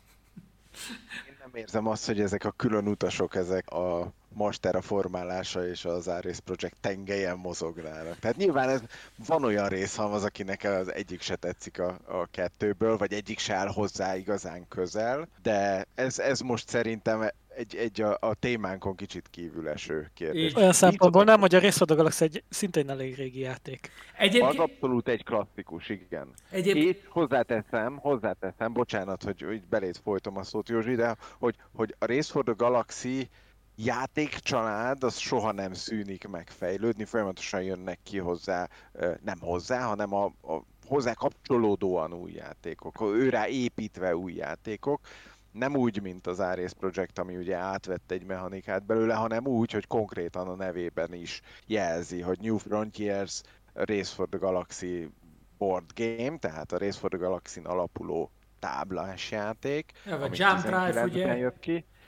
Én nem érzem azt, hogy ezek a külön utasok, ezek a Mars terraformálása és az Ares Project tengelyen mozognának. Tehát nyilván van olyan részhalmaz, akinek az egyik se tetszik a kettőből, vagy egyik se áll hozzá igazán közel, de ez most szerintem a témánkon kicsit kívüleső kérdés. Olyan szempontból nem, hogy a Race for the Galaxy egy szintén elég régi játék. Az abszolút egy klasszikus, igen. És hozzáteszem, bocsánat, hogy beléd folytom a szót, Józsi, de hogy a Race for the Galaxy játékcsalád az soha nem szűnik meg fejlődni, folyamatosan jönnek ki hozzá, nem hozzá, hanem a hozzá kapcsolódóan új játékok, őrá építve új játékok. Nem úgy, mint az Ares Project, ami ugye átvett egy mechanikát belőle, hanem úgy, hogy konkrétan a nevében is jelzi, hogy New Frontiers, Race for the Galaxy board game, tehát a Race for the Galaxy-n alapuló táblás játék, vagy Jump Drive, ugye? Jött ki.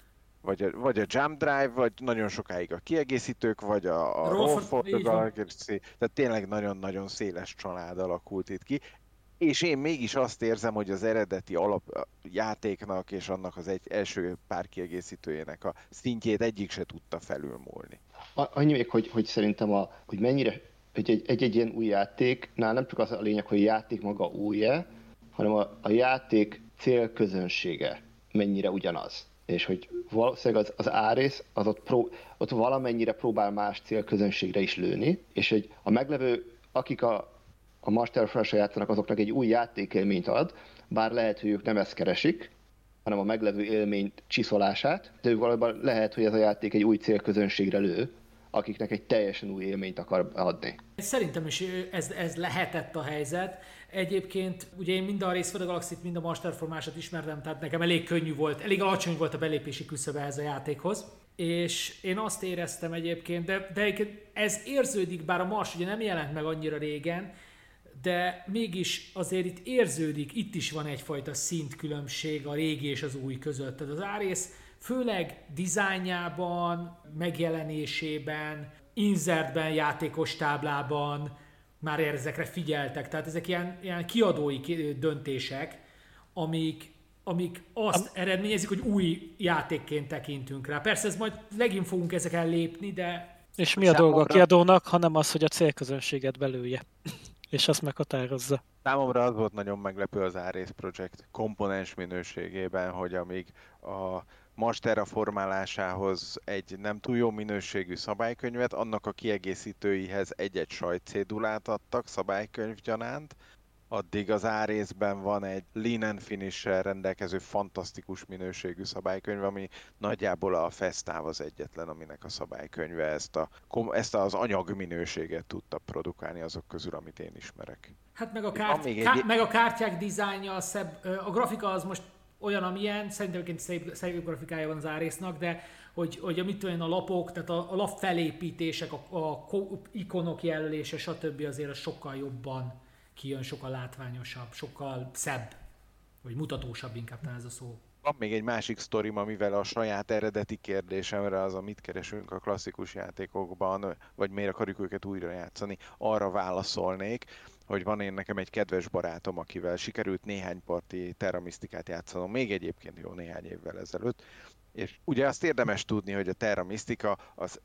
vagy a Jump Drive, vagy nagyon sokáig a kiegészítők, vagy a Roll for the Galaxy. Tehát tényleg nagyon-nagyon széles család alakult itt ki. És én mégis azt érzem, hogy az eredeti alapjátéknak és annak az első pár kiegészítőjének a szintjét egyik se tudta felülmúlni. Annyi még, hogy szerintem, hogy mennyire hogy egy ilyen új játéknál nem csak az a lényeg, hogy a játék maga új-e, hanem a játék célközönsége mennyire ugyanaz. És hogy valószínűleg az Ares az ott valamennyire próbál más célközönségre is lőni, és hogy a meglevő, akik a Master of Russia játszanak, azoknak egy új játékélményt ad, bár lehet, hogy ők nem ezt keresik, hanem a meglevő élményt csiszolását, de ők valóban lehet, hogy ez a játék egy új célközönségre lő, akiknek egy teljesen új élményt akar adni. Szerintem is ez lehetett a helyzet. Egyébként ugye én mind a Race for the Galaxy-t, mind a Master Formását ismertem, tehát nekem elég könnyű volt, elég alacsony volt a belépési küszöbe ehhez a játékhoz. És én azt éreztem egyébként, de ez érződik, bár a Mars ugye nem jelent meg annyira régen, de mégis azért itt érződik, itt is van egyfajta szintkülönbség a régi és az új között. Tehát az Ares főleg dizájnjában, megjelenésében, insertben, játékos táblában már ezekre figyeltek. Tehát ezek ilyen kiadói döntések, amik azt eredményezik, hogy új játékként tekintünk rá. Persze ez majd megint fogunk ezeken lépni, de... És mi a dolga a kiadónak, hanem az, hogy a célközönséget belője. És azt meghatározza. Számomra az volt nagyon meglepő az Ares Project komponens minőségében, hogy amíg a Mars terraformálásához egy nem túl jó minőségű szabálykönyvet, annak a kiegészítőihez egy-egy sajtcédulát adtak szabálykönyv gyanánt, addig az Aresben van egy Lean and Finish-sel rendelkező fantasztikus minőségű szabálykönyv, ami nagyjából a Festáv az egyetlen, aminek a szabálykönyve ezt az anyag minőséget tudta produkálni azok közül, amit én ismerek. Hát meg a kártyák dizájnja, a grafika az most olyan, amilyen, szerintem szép grafikája van az Aresnak, de hogy mit tudom én, a lapok, tehát a lap felépítések, a ikonok jelölése, stb. Azért az sokkal jobban kijön, sokkal látványosabb, sokkal szebb, vagy mutatósabb inkább, talán ez a szó. Van még egy másik sztorim, amivel a saját eredeti kérdésemre, az a mit keresünk a klasszikus játékokban, vagy miért akarjuk őket újra játszani, arra válaszolnék, hogy van nekem egy kedves barátom, akivel sikerült néhány parti Terra Mysticát játszanom, még egyébként jó néhány évvel ezelőtt, és ugye azt érdemes tudni, hogy a Terra Mystica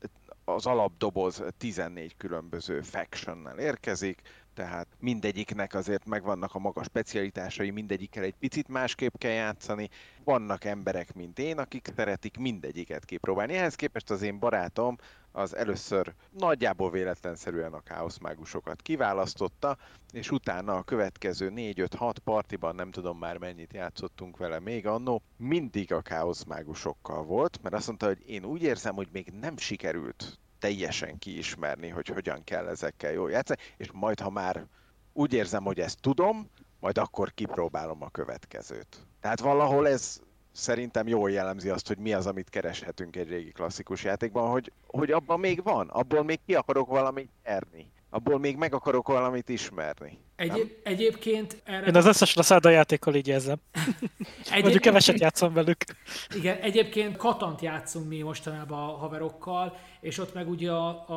az alapdoboz 14 különböző factionnel érkezik, tehát mindegyiknek azért megvannak a maga specialitásai, mindegyikkel egy picit másképp kell játszani. Vannak emberek, mint én, akik szeretik mindegyiket kipróbálni. Ehhez képest az én barátom az először nagyjából véletlenszerűen a káoszmágusokat kiválasztotta, és utána a következő 4-5-6 partiban, nem tudom már mennyit játszottunk vele még annó, mindig a káoszmágusokkal volt, mert azt mondta, hogy én úgy érzem, hogy még nem sikerült teljesen kiismerni, hogy hogyan kell ezekkel jól játszani, és majd, ha már úgy érzem, hogy ezt tudom, majd akkor kipróbálom a következőt. Tehát valahol ez szerintem jól jellemzi azt, hogy mi az, amit kereshetünk egy régi klasszikus játékban, hogy abban még van, abból még ki akarok valamit nyerni, abból még meg akarok valamit ismerni. Egyébként... Én az összes Lassada játékkal így érzem. Mondjuk keveset játszom velük. Igen, egyébként Katant játszunk mi mostanában a haverokkal, és ott meg ugye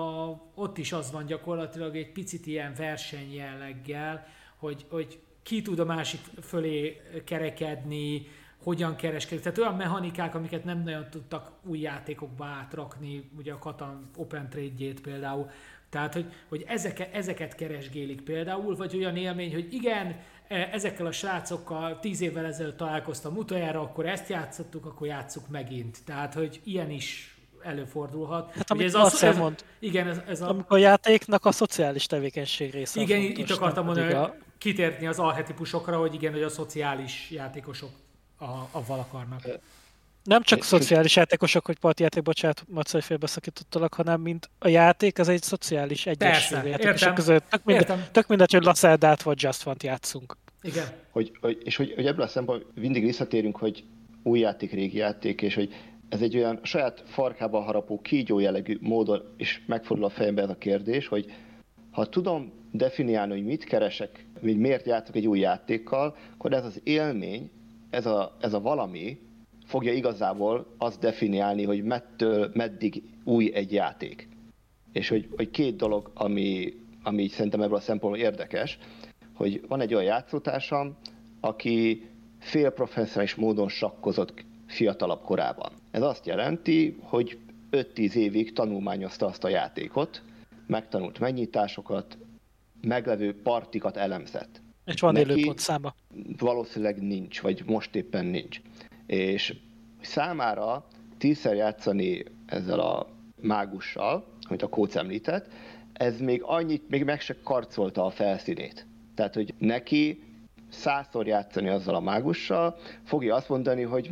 ott is az van gyakorlatilag egy picit ilyen versenyjelleggel, hogy ki tud a másik fölé kerekedni, hogyan kereskedik. Tehát olyan mechanikák, amiket nem nagyon tudtak új játékokba átrakni, ugye a Katan Open Trade-jét például. Tehát, hogy ezeket keresgélik például, vagy olyan élmény, hogy igen, ezekkel a srácokkal 10 évvel ezelőtt találkoztam utoljára, akkor ezt játszottuk, akkor játsszuk megint. Tehát, hogy ilyen is előfordulhat. Hát amit Marcel mond, amikor a játéknak a szociális tevékenység része. Igen, itt akartam mondani, kitérni az archetipusokra, hogy igen, hogy a szociális játékosok avval akarnak. Nem csak szociális játékosok, hogy partijáték, bocsánat, Marcel, félbeszakítottalak, hanem mint a játék, ez egy szociális egyensúly a játékosok között. Tök mindegy, hogy Lasserdát vagy Just One-t játszunk. Igen. Hogy ebből a szempontból mindig visszatérünk, hogy új játék, régi játék, és hogy ez egy olyan saját farkába harapó, kígyó jellegű módon is megfordul a fejembe ez a kérdés, hogy ha tudom definiálni, hogy mit keresek, vagy miért játszok egy új játékkal, akkor ez az élmény, ez a valami, fogja igazából azt definiálni, hogy mettől meddig új egy játék. És hogy két dolog, ami szerintem ebből a szempontból érdekes, hogy van egy olyan játszótársam, aki félprofesszionális módon sakkozott fiatalabb korában. Ez azt jelenti, hogy 5-10 évig tanulmányozta azt a játékot, megtanult megnyitásokat, meglevő partikat elemzett. És van élőpontszáma? Valószínűleg nincs, vagy most éppen nincs. És számára 10-szer játszani ezzel a mágussal, amit a Kóc említett, ez még meg se karcolta a felszínét. Tehát, hogy neki 100-szor játszani azzal a mágussal, fogja azt mondani, hogy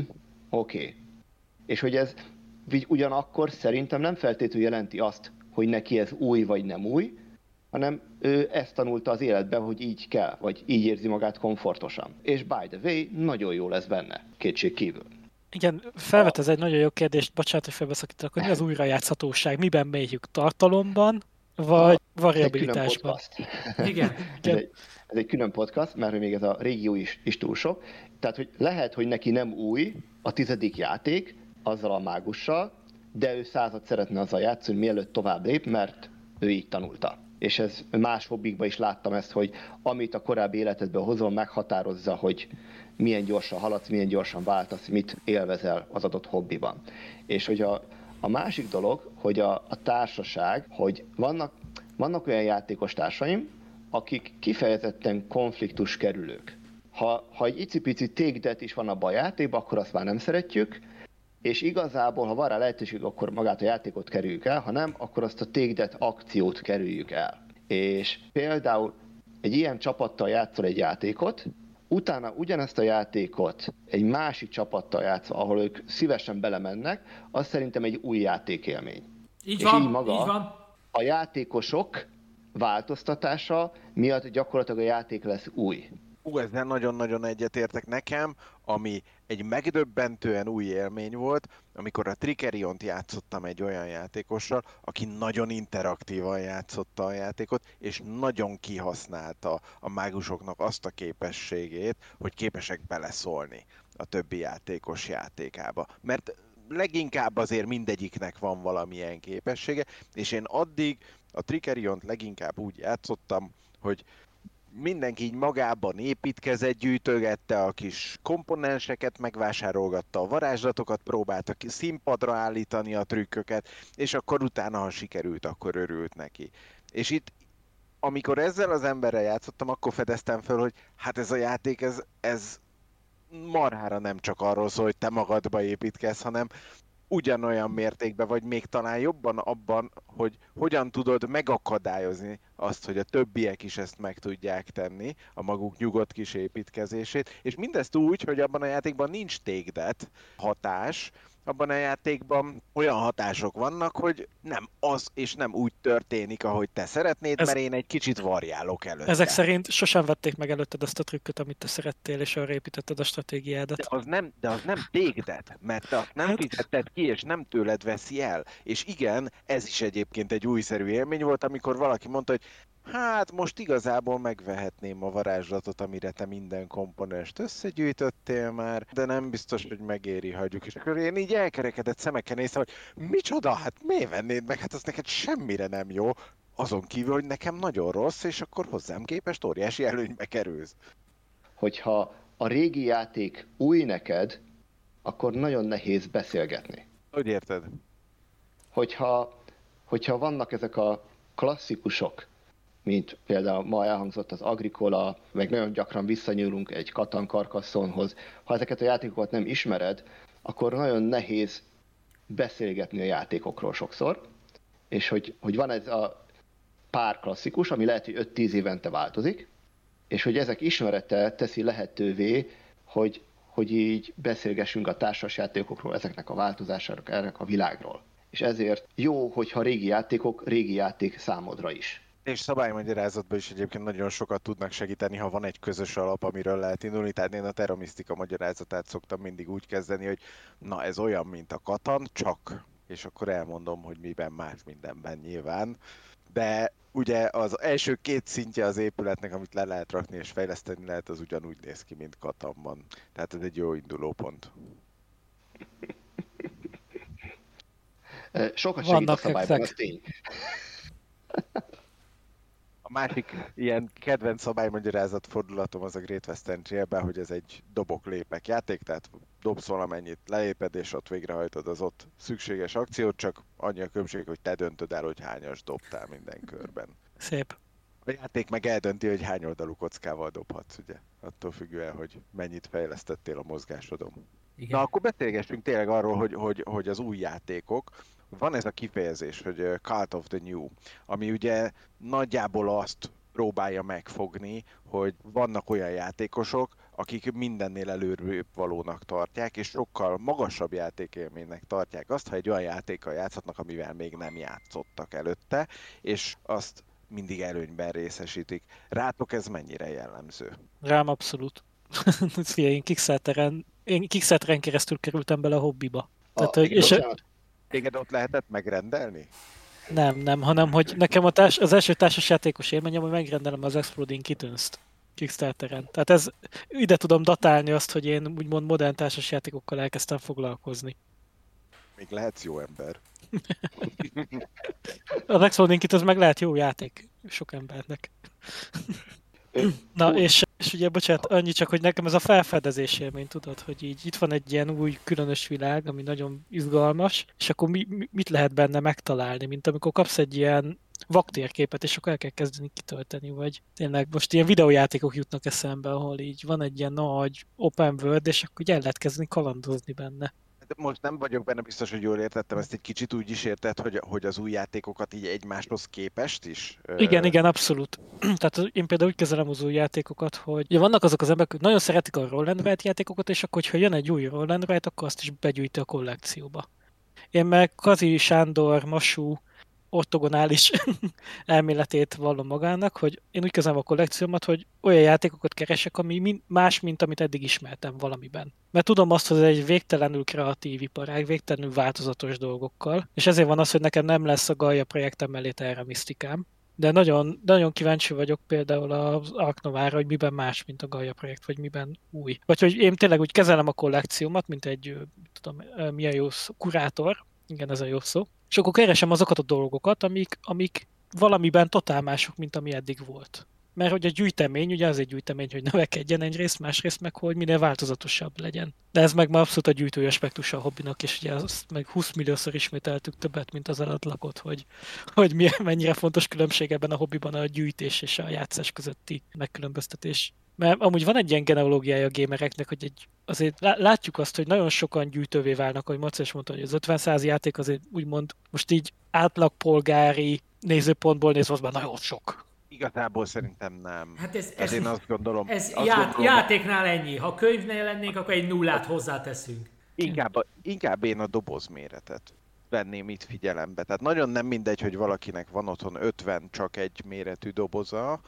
oké. És hogy ez ugyanakkor szerintem nem feltétlenül jelenti azt, hogy neki ez új vagy nem új, hanem ő ezt tanulta az életben, hogy így kell, vagy így érzi magát komfortosan. És by the way, nagyon jó lesz benne, kétség kívül. Igen, felvet ez egy nagyon jó kérdést, bocsánat, hogy felbeszakítok, hogy mi az újrajátszhatóság, miben mélyük, tartalomban, vagy variabilitásban? Igen. Ez egy külön podcast, mert még ez a régió is túl sok. Tehát, hogy lehet, hogy neki nem új a 10. játék azzal a mágussal, de ő 100-at szeretne azzal játszani, mielőtt tovább lép, mert ő így tanulta. És ez más hobbikban is láttam ezt, hogy amit a korábbi életedből hozol, meghatározza, hogy milyen gyorsan haladsz, milyen gyorsan váltasz, mit élvezel az adott hobbiban. És hogy a másik dolog, hogy a társaság, hogy vannak olyan játékos társaim, akik kifejezetten konfliktus kerülők. Ha egy icipici take-that is van abban a játékban, akkor azt már nem szeretjük, és igazából, ha van rá lehetőség, akkor magát a játékot kerüljük el, ha nem, akkor azt a take-that akciót kerüljük el. És például egy ilyen csapattal játszol egy játékot, utána ugyanezt a játékot egy másik csapattal játszva, ahol ők szívesen belemennek, az szerintem egy új játékélmény. Így és van, így maga így van. A játékosok változtatása miatt gyakorlatilag a játék lesz új. Ezzel nagyon-nagyon egyetértek nekem, ami egy megdöbbentően új élmény volt, amikor a Trickeriont játszottam egy olyan játékossal, aki nagyon interaktívan játszotta a játékot, és nagyon kihasználta a mágusoknak azt a képességét, hogy képesek beleszólni a többi játékos játékába. Mert leginkább azért mindegyiknek van valamilyen képessége, és én addig a Trickeriont leginkább úgy játszottam, hogy mindenki így magában építkezett, gyűjtögette a kis komponenseket, megvásárolgatta a varázslatokat, próbálta színpadra állítani a trükköket, és akkor utána, ha sikerült, akkor örült neki. És itt, amikor ezzel az emberrel játszottam, akkor fedeztem föl, hogy hát ez a játék, ez marhára nem csak arról szól, hogy te magadba építkezz, hanem ugyanolyan mértékben, vagy még talán jobban abban, hogy hogyan tudod megakadályozni azt, hogy a többiek is ezt meg tudják tenni, a maguk nyugodt kis építkezését, és mindezt úgy, hogy abban a játékban nincs take that hatás, abban a játékban olyan hatások vannak, hogy nem az és nem úgy történik, ahogy te szeretnéd, mert én egy kicsit variálok előtte. Ezek szerint sosem vették meg előtted ezt a trükköt, amit te szerettél, és arra építetted a stratégiádat. De az nem take that, mert te azt nem fizetted ki, és nem tőled veszi el. És igen, ez is egyébként egy újszerű élmény volt, amikor valaki mondta, hogy hát most igazából megvehetném a varázslatot, amire te minden komponenst összegyűjtöttél már, de nem biztos, hogy megéri, hagyjuk. És akkor én így elkerekedett szemekkel néztem, hogy micsoda, hát miért vennéd meg, hát az neked semmire nem jó, azon kívül, hogy nekem nagyon rossz, és akkor hozzám képest óriási előnybe kerülsz. Hogyha a régi játék új neked, akkor nagyon nehéz beszélgetni. Hogy érted? Hogyha vannak ezek a klasszikusok, mint például ma elhangzott az Agricola, meg nagyon gyakran visszanyúlunk egy Catan Carcassonnehoz. Ha ezeket a játékokat nem ismered, akkor nagyon nehéz beszélgetni a játékokról sokszor, és hogy van ez a pár klasszikus, ami lehet, hogy 5-10 évente változik, és hogy ezek ismerete teszi lehetővé, hogy így beszélgessünk a társasjátékokról, ezeknek a változásáról, ennek a világról. És ezért jó, hogyha régi játékok, régi játék számodra is. És szabálymagyarázatban is egyébként nagyon sokat tudnak segíteni, ha van egy közös alap, amiről lehet indulni. Tehát én a Terra Mystica magyarázatát szoktam mindig úgy kezdeni, hogy na ez olyan, mint a Catan, csak, és akkor elmondom, hogy miben más mindenben nyilván. De ugye az első 2 szintje az épületnek, amit le lehet rakni és fejleszteni lehet, az ugyanúgy néz ki, mint Catanban. Tehát ez egy jó indulópont. Sokat segít a Vannak szabályban, ektek. ez tény. A másik ilyen kedvenc szabálymagyarázat fordulatom az a Great Western Trail-ben, hogy ez egy dobok-lépek játék, tehát dobsz valamennyit, leléped, és ott végrehajtod az ott szükséges akciót, csak annyi a különbség, hogy te döntöd el, hogy hányas dobtál minden körben. Szép. A játék meg eldönti, hogy hány oldalú kockával dobhatsz, ugye? Attól függően, hogy mennyit fejlesztettél a mozgásodon. Igen. Na, akkor beszélgessünk tényleg arról, hogy az új játékok. Van ez a kifejezés, hogy Cult of the New, ami ugye nagyjából azt próbálja megfogni, hogy vannak olyan játékosok, akik mindennél előrébb valónak tartják, és sokkal magasabb játékélménynek tartják azt, ha egy olyan játékkal játszhatnak, amivel még nem játszottak előtte, és azt mindig előnyben részesítik. Rátok ez mennyire jellemző? Rám abszolút. Figyelj, én Kickstarteren keresztül kerültem bele a hobbiba. Tehát, hogy, és Bocsánat, Téged ott lehetett megrendelni? nem, hanem hogy nekem az első társasjátékos élményem, hogy megrendelem az Exploding Kittens-t Kickstarteren. Tehát ide tudom datálni azt, hogy én úgymond modern társasjátékokkal elkezdtem foglalkozni. Még lehetsz jó ember. Az Exploding Kittens meg lehet jó játék sok embernek. Na, és ugye, bocsánat, annyi csak, hogy nekem ez a felfedezés élmény, tudod, hogy így itt van egy ilyen új, különös világ, ami nagyon izgalmas, és akkor mit lehet benne megtalálni, mint amikor kapsz egy ilyen vaktérképet, és akkor el kell kezdeni kitölteni, vagy tényleg most ilyen videójátékok jutnak eszembe, ahol így van egy ilyen nagy open world, és akkor így el lehet kezdeni kalandozni benne. De most nem vagyok benne biztos, hogy jól értettem, ezt egy kicsit úgy is érted, hogy az új játékokat így egymáshoz képest is? Igen, abszolút. Tehát én például úgy kezelem az új játékokat, hogy ugye vannak azok az emberek, hogy nagyon szeretik a Roll and Write játékokat, és akkor, hogyha jön egy új Roll and Write, akkor azt is begyűjti a kollekcióba. Én meg Kazi Sándor, Masú, ortogonális elméletét vallom magának, hogy én úgy kezelem a kollekciómat, hogy olyan játékokat keresek, ami más, mint amit eddig ismertem valamiben. Mert tudom azt, hogy ez egy végtelenül kreatív iparág, végtelenül változatos dolgokkal, és ezért van az, hogy nekem nem lesz a Gaia projektem mellé erre misztikám. De nagyon, nagyon kíváncsi vagyok például az Ark Novára, hogy miben más, mint a Gaia projekt, vagy miben új. Vagy hogy én tényleg úgy kezelem a kollekciómat, mint egy, tudom, milyen jó szó, kurátor, igen, ez a jó szó, és akkor keresem azokat a dolgokat, amik valamiben totál mások, mint ami eddig volt. Mert hogy a gyűjtemény, ugye az egy gyűjtemény, hogy növekedjen egyrészt, másrészt meg, hogy minél változatosabb legyen. De ez meg már abszolút a gyűjtői aspektusa a hobbinak, és ugye azt meg 20 milliószor ismételtük többet, mint az adatlakot, hogy mennyire fontos különbség ebben a hobbiban a gyűjtés és a játszás közötti megkülönböztetés. Mert amúgy van egy ilyen genealógiája a gamereknek, hogy azért látjuk azt, hogy nagyon sokan gyűjtővé válnak, ahogy Marci is mondta, hogy az 50-100 játék azért úgymond most így átlagpolgári nézőpontból nézve az már nagyon sok. Igazából szerintem nem. Hát ez én azt gondolom. Játéknál ennyi. Ha könyvnél lennénk, akkor egy nullát hozzáteszünk. Inkább én a dobozméretet venném itt figyelembe. Tehát nagyon nem mindegy, hogy valakinek van otthon 50 csak egy méretű doboza,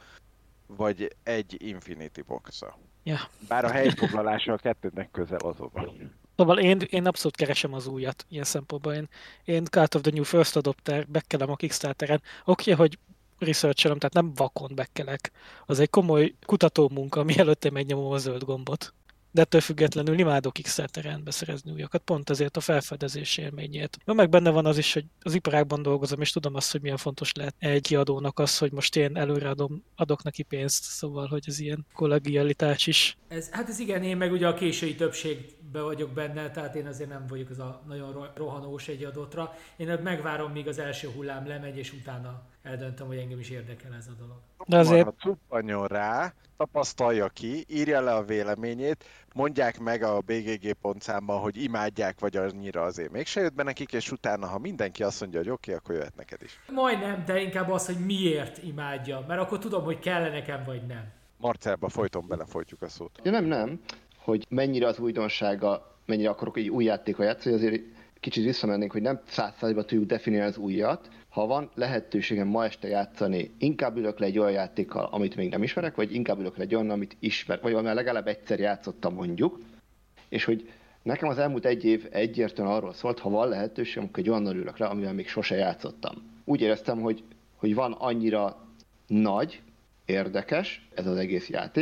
vagy egy Infinity boxa. Ja. Bár a helyfoglalása a kettőnek közel azonban. Szóval én abszolút keresem az újat ilyen szempontból. Én Cult of the New First Adopter bekkelem a Kickstarteren. Oké, hogy researchelem, tehát nem vakon bekkelek. Az egy komoly kutatómunka, mielőtt én megnyomom a zöld gombot. De ettől függetlenül imádok Kickstarteren beszerezni újakat, pont ezért a felfedezés élményét. Meg benne van az is, hogy az iparágban dolgozom, és tudom azt, hogy milyen fontos lehet egy kiadónak az, hogy most én előre adok neki pénzt, szóval, hogy ez ilyen kollegialitás is. Ez igen, én meg ugye a késői többségben vagyok benne, tehát én azért nem vagyok az a nagyon rohanós egy adottra. Én megvárom, míg az első hullám lemegy, és utána eldöntöm, hogy engem is érdekel ez a dolog. De azért... Cuppanjon rá, tapasztalja ki, írja le a véleményét, mondják meg a BGG pontszámban, hogy imádják, vagy annyira azért mégse jött be nekik, és utána, ha mindenki azt mondja, hogy oké, akkor jöhet neked is. Majdnem, de inkább az, hogy miért imádja, mert akkor tudom, hogy kell nekem, vagy nem. Marcelba folyton belefolytjuk a szót. Ja, nem, hogy mennyire az újdonsága, mennyire akarok egy új játékkal játszani, azért kicsit visszamennénk, hogy nem 100%-ban tudjuk definiálni az újat. Ha van lehetőségem ma este játszani, inkább ülök le egy olyan játékkal, amit még nem ismerek, vagy inkább ülök le egy olyan, amit ismerek, vagy amivel legalább egyszer játszottam mondjuk, és hogy nekem az elmúlt egy év egyértelműen arról szólt, ha van lehetőségem, akkor egy olyannal ülök le, amivel még sose játszottam. Úgy éreztem, hogy van annyira nagy, érdekes ez az egész játék,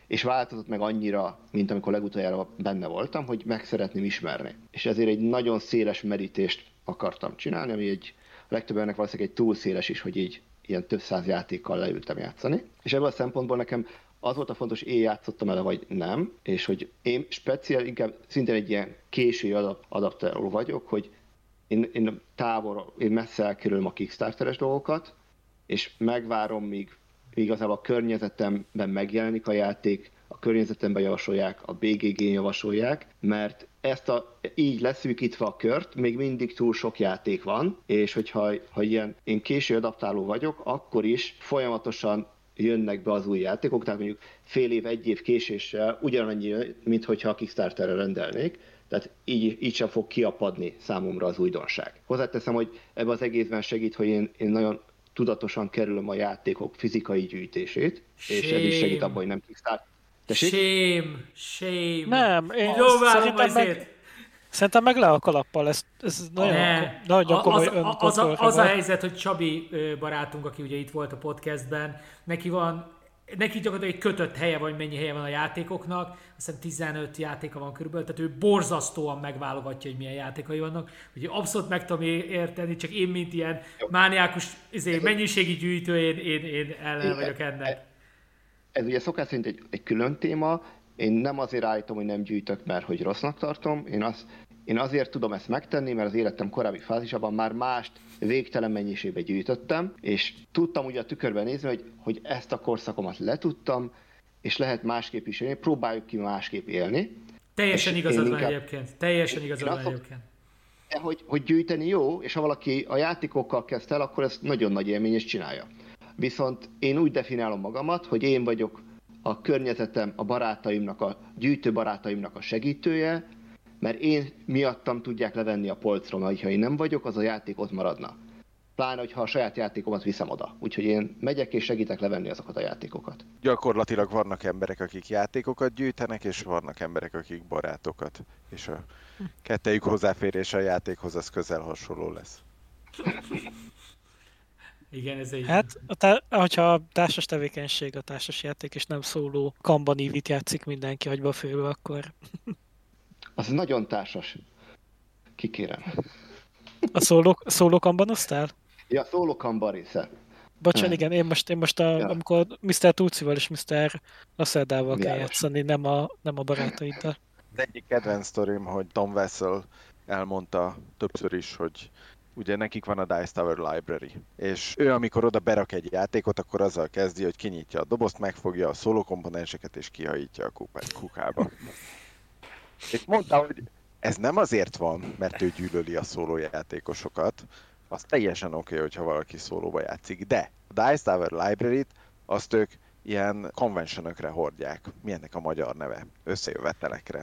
és változott meg annyira, mint amikor legutoljára benne voltam, hogy meg szeretném ismerni. És ezért egy nagyon széles merítést akartam csinálni, ami a legtöbb ennek valószínűleg egy túl széles is, hogy így ilyen több száz játékkal leültem játszani. És ebből a szempontból nekem az volt a fontos, én játszottam el, vagy nem, és hogy én speciál, inkább szintén egy ilyen késői adaptáló vagyok, hogy én messze elkerülöm a Kickstarteres dolgokat, és megvárom, míg igazából a környezetemben megjelenik a játék, a környezetemben javasolják, a BGG-n javasolják, mert így leszűkítve a kört, még mindig túl sok játék van, és hogyha ilyen én késő adaptáló vagyok, akkor is folyamatosan jönnek be az új játékok, tehát mondjuk fél év, egy év késéssel ugyanannyi, mint hogyha a Kickstarterre rendelnék, tehát így sem fog kiapadni számomra az újdonság. Hozzáteszem, hogy ebben az egészben segít, hogy én nagyon tudatosan kerülöm a játékok fizikai gyűjtését, és ez is segít abban, hogy nem Kickstarter. Shame. Nem, én szerintem meg le a kalappal, ez nagyon komoly önkontroll. Az a helyzet, hogy Csabi barátunk, aki ugye itt volt a podcastben, neki gyakorlatilag egy kötött helye van, mennyi helye van a játékoknak, azt hiszem 15 játéka van körülbelül, tehát ő borzasztóan megválogatja, hogy milyen játékai vannak, úgyhogy abszolút meg tudom érteni, csak én, mint ilyen mániákus mennyiségi gyűjtő, én ellen vagyok ennek. Ez ugye szokás szerint egy külön téma, én nem azért állítom, hogy nem gyűjtök, mert hogy rossznak tartom, én azért tudom ezt megtenni, mert az életem korábbi fázisában már mást végtelen mennyiségben gyűjtöttem, és tudtam ugye a tükörben nézni, hogy ezt a korszakomat letudtam, és lehet másképp is élni, próbáljuk ki másképp élni. Teljesen igazad van egyébként. Hogy gyűjteni jó, és ha valaki a játékokkal kezd el, akkor ez nagyon nagy élmény, és csinálja. Viszont én úgy definiálom magamat, hogy én vagyok a környezetem, a barátaimnak, a gyűjtő barátaimnak a segítője, mert én miattam tudják levenni a polcról, mert ha én nem vagyok, az a játék ott maradna. Pláne, hogyha a saját játékomat viszem oda. Úgyhogy én megyek és segítek levenni azokat a játékokat. Gyakorlatilag vannak emberek, akik játékokat gyűjtenek, és vannak emberek, akik barátokat. És a kettejük hozzáférése a játékhoz az közel hasonló lesz. Igen, ez egy... Hát, hogyha a társas tevékenység, a társas játék, és nem szóló Kanban Eve-t játszik mindenki agyba félve, akkor... Az nagyon társas. Kikérem. A szóló kanbanoztál? Ja, szóló kanban része. Bocsánat, igen, én most amikor Mr. Tucival és Mr. Lasserdával kell játszani, nem a barátaiddal. Az egyik kedvenc sztorim, hogy Tom Wessel elmondta többször is, hogy ugye nekik van a Dice Tower Library, és ő amikor oda berak egy játékot, akkor azzal kezdi, hogy kinyitja a dobozt, megfogja a szóló komponenseket és kihajítja a kukába. És mondta, hogy ez nem azért van, mert ő gyűlöli a szólójátékosokat, az teljesen oké, hogyha valaki szólóba játszik, de a Dice Tower Library-t azt ők ilyen conventionökre hordják. Milyennek a magyar neve? Összejövetelekre.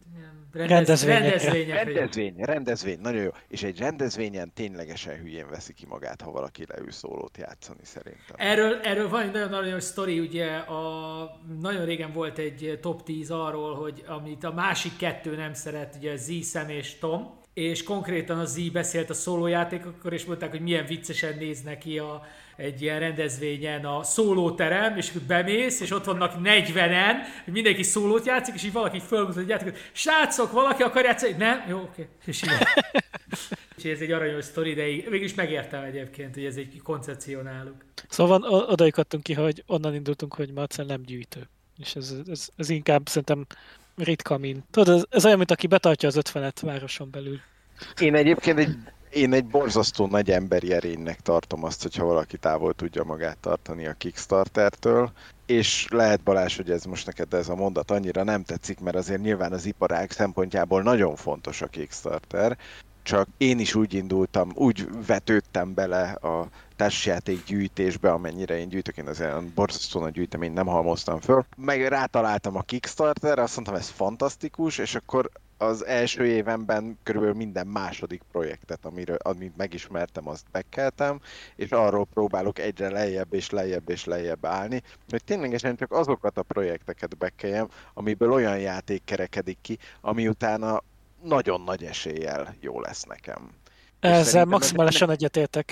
Rendezvény, nagyon jó. És egy rendezvényen ténylegesen hülyén veszi ki magát, ha valaki leül szólót játszani, szerintem. Erről van egy nagyon jó sztori, ugye nagyon régen volt egy top 10 arról, hogy amit a másik kettő nem szeret, ugye Z, Sam és Tom, és konkrétan a Z beszélt a szólójátékokkor, és mondták, hogy milyen viccesen néz neki egy ilyen rendezvényen a szólóterem, és bemész, és ott vannak 40-en, mindenki szólót játszik, és így valaki fölmutat egy játékot, srácok, valaki akar játszani? Nem? Jó, oké. És így. És ez egy aranyos sztori, de mégis megértem egyébként, hogy ez egy koncepció náluk. Szóval oda jutottunk ki, hogy onnan indultunk, hogy Marcel nem gyűjtő. És ez inkább szerintem ritka, mint... Tudod, ez olyan, mint aki betartja az 50-et városon belül. Én egyébként egy borzasztó nagy emberi erénynek tartom azt, hogyha valaki távol tudja magát tartani a Kickstartertől, és lehet, Balázs, hogy ez most neked ez a mondat annyira nem tetszik, mert azért nyilván az iparág szempontjából nagyon fontos a Kickstarter, csak én is úgy vetődtem bele a társasjáték gyűjtésbe, amennyire én gyűjtök, én azért borzasztó nagy gyűjteményt nem halmoztam föl. Meg rátaláltam a Kickstarterre, azt mondtam, ez fantasztikus, és akkor az első évemben körülbelül minden második projektet, amit megismertem, azt bekkeltem, és arról próbálok egyre lejjebb és lejjebb és lejjebb állni, hogy ténylegesen csak azokat a projekteket bekeljem, amiből olyan játék kerekedik ki, ami utána nagyon nagy eséllyel jó lesz nekem. Ezzel maximálisan egyetértek.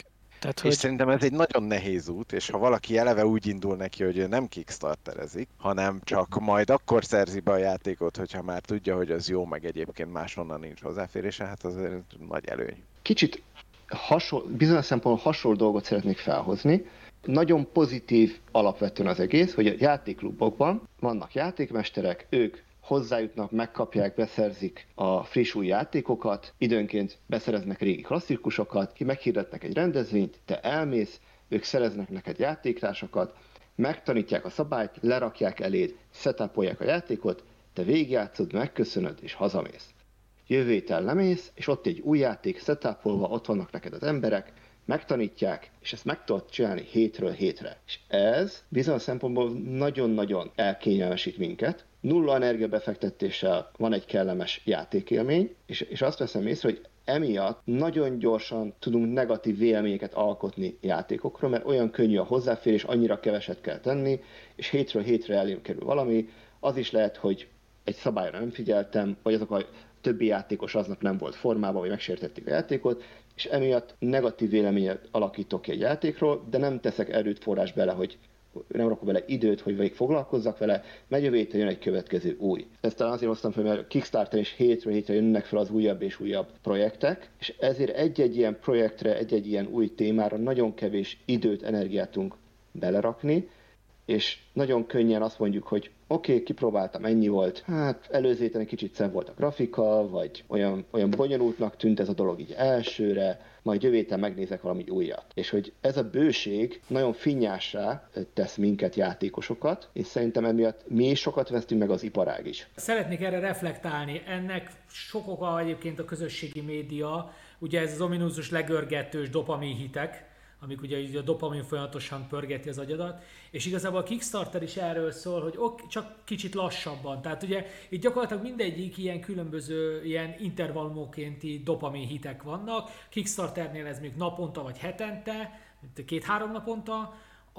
Tehát, És hogy... szerintem ez egy nagyon nehéz út, és ha valaki eleve úgy indul neki, hogy ő nem kickstarterezik, hanem csak majd akkor szerzi be a játékot, hogyha már tudja, hogy az jó, meg egyébként máshonnan nincs hozzáférése, hát az nagy előny. Kicsit bizonyos szempontból hasonló dolgot szeretnék felhozni. Nagyon pozitív alapvetően az egész, hogy a játékklubokban vannak játékmesterek, ők hozzájutnak, megkapják, beszerzik a friss új játékokat, időnként beszereznek régi klasszikusokat, ki meghirdetnek egy rendezvényt, te elmész, ők szereznek neked játéktársakat, megtanítják a szabályt, lerakják eléd, setupolják a játékot, te végigjátszod, megköszönöd és hazamész. Jövő héten lemész, és ott egy új játék setupolva, ott vannak neked az emberek, megtanítják, és ezt meg tudod csinálni hétről hétre. És ez bizonyos szempontból nagyon-nagyon elkényelmesít minket. Nulla energiabefektetéssel van egy kellemes játékélmény, és azt veszem észre, hogy emiatt nagyon gyorsan tudunk negatív véleményeket alkotni játékokról, mert olyan könnyű a hozzáférés, annyira keveset kell tenni, és hétről hétre elém kerül valami. Az is lehet, hogy egy szabályra nem figyeltem, vagy azok a többi játékos aznap nem volt formában, vagy megsértették a játékot, és emiatt negatív véleményet alakítok ki egy játékról, de nem teszek erőforrás bele, hogy nem rakok bele időt, hogy végig foglalkozzak vele, mert jövő héten jön egy következő új. Ezt talán azért hoztam fel, mert Kickstarter is hétről hétre jönnek fel az újabb és újabb projektek, és ezért egy-egy ilyen projektre, egy-egy ilyen új témára nagyon kevés időt, energiát tudunk belerakni, és nagyon könnyen azt mondjuk, hogy oké, kipróbáltam, ennyi volt. Hát előző héten egy kicsit szebb volt a grafika, vagy olyan bonyolultnak tűnt ez a dolog így elsőre, majd jövő héten megnézek valami újat. És hogy ez a bőség nagyon finnyássá tesz minket, játékosokat, és szerintem emiatt mi is sokat vesztünk, meg az iparág is. Szeretnék erre reflektálni. Ennek sok oka egyébként a közösségi média, ugye ez az ominózus legörgetős dopamin hitek, amik ugye a dopamin folyamatosan pörgeti az agyadat, és igazából a Kickstarter is erről szól, hogy csak kicsit lassabban. Tehát ugye itt gyakorlatilag mindegyik ilyen különböző ilyen intervallumókénti dopamin hitek vannak. Kickstarternél ez még naponta vagy hetente, 2-3 naponta,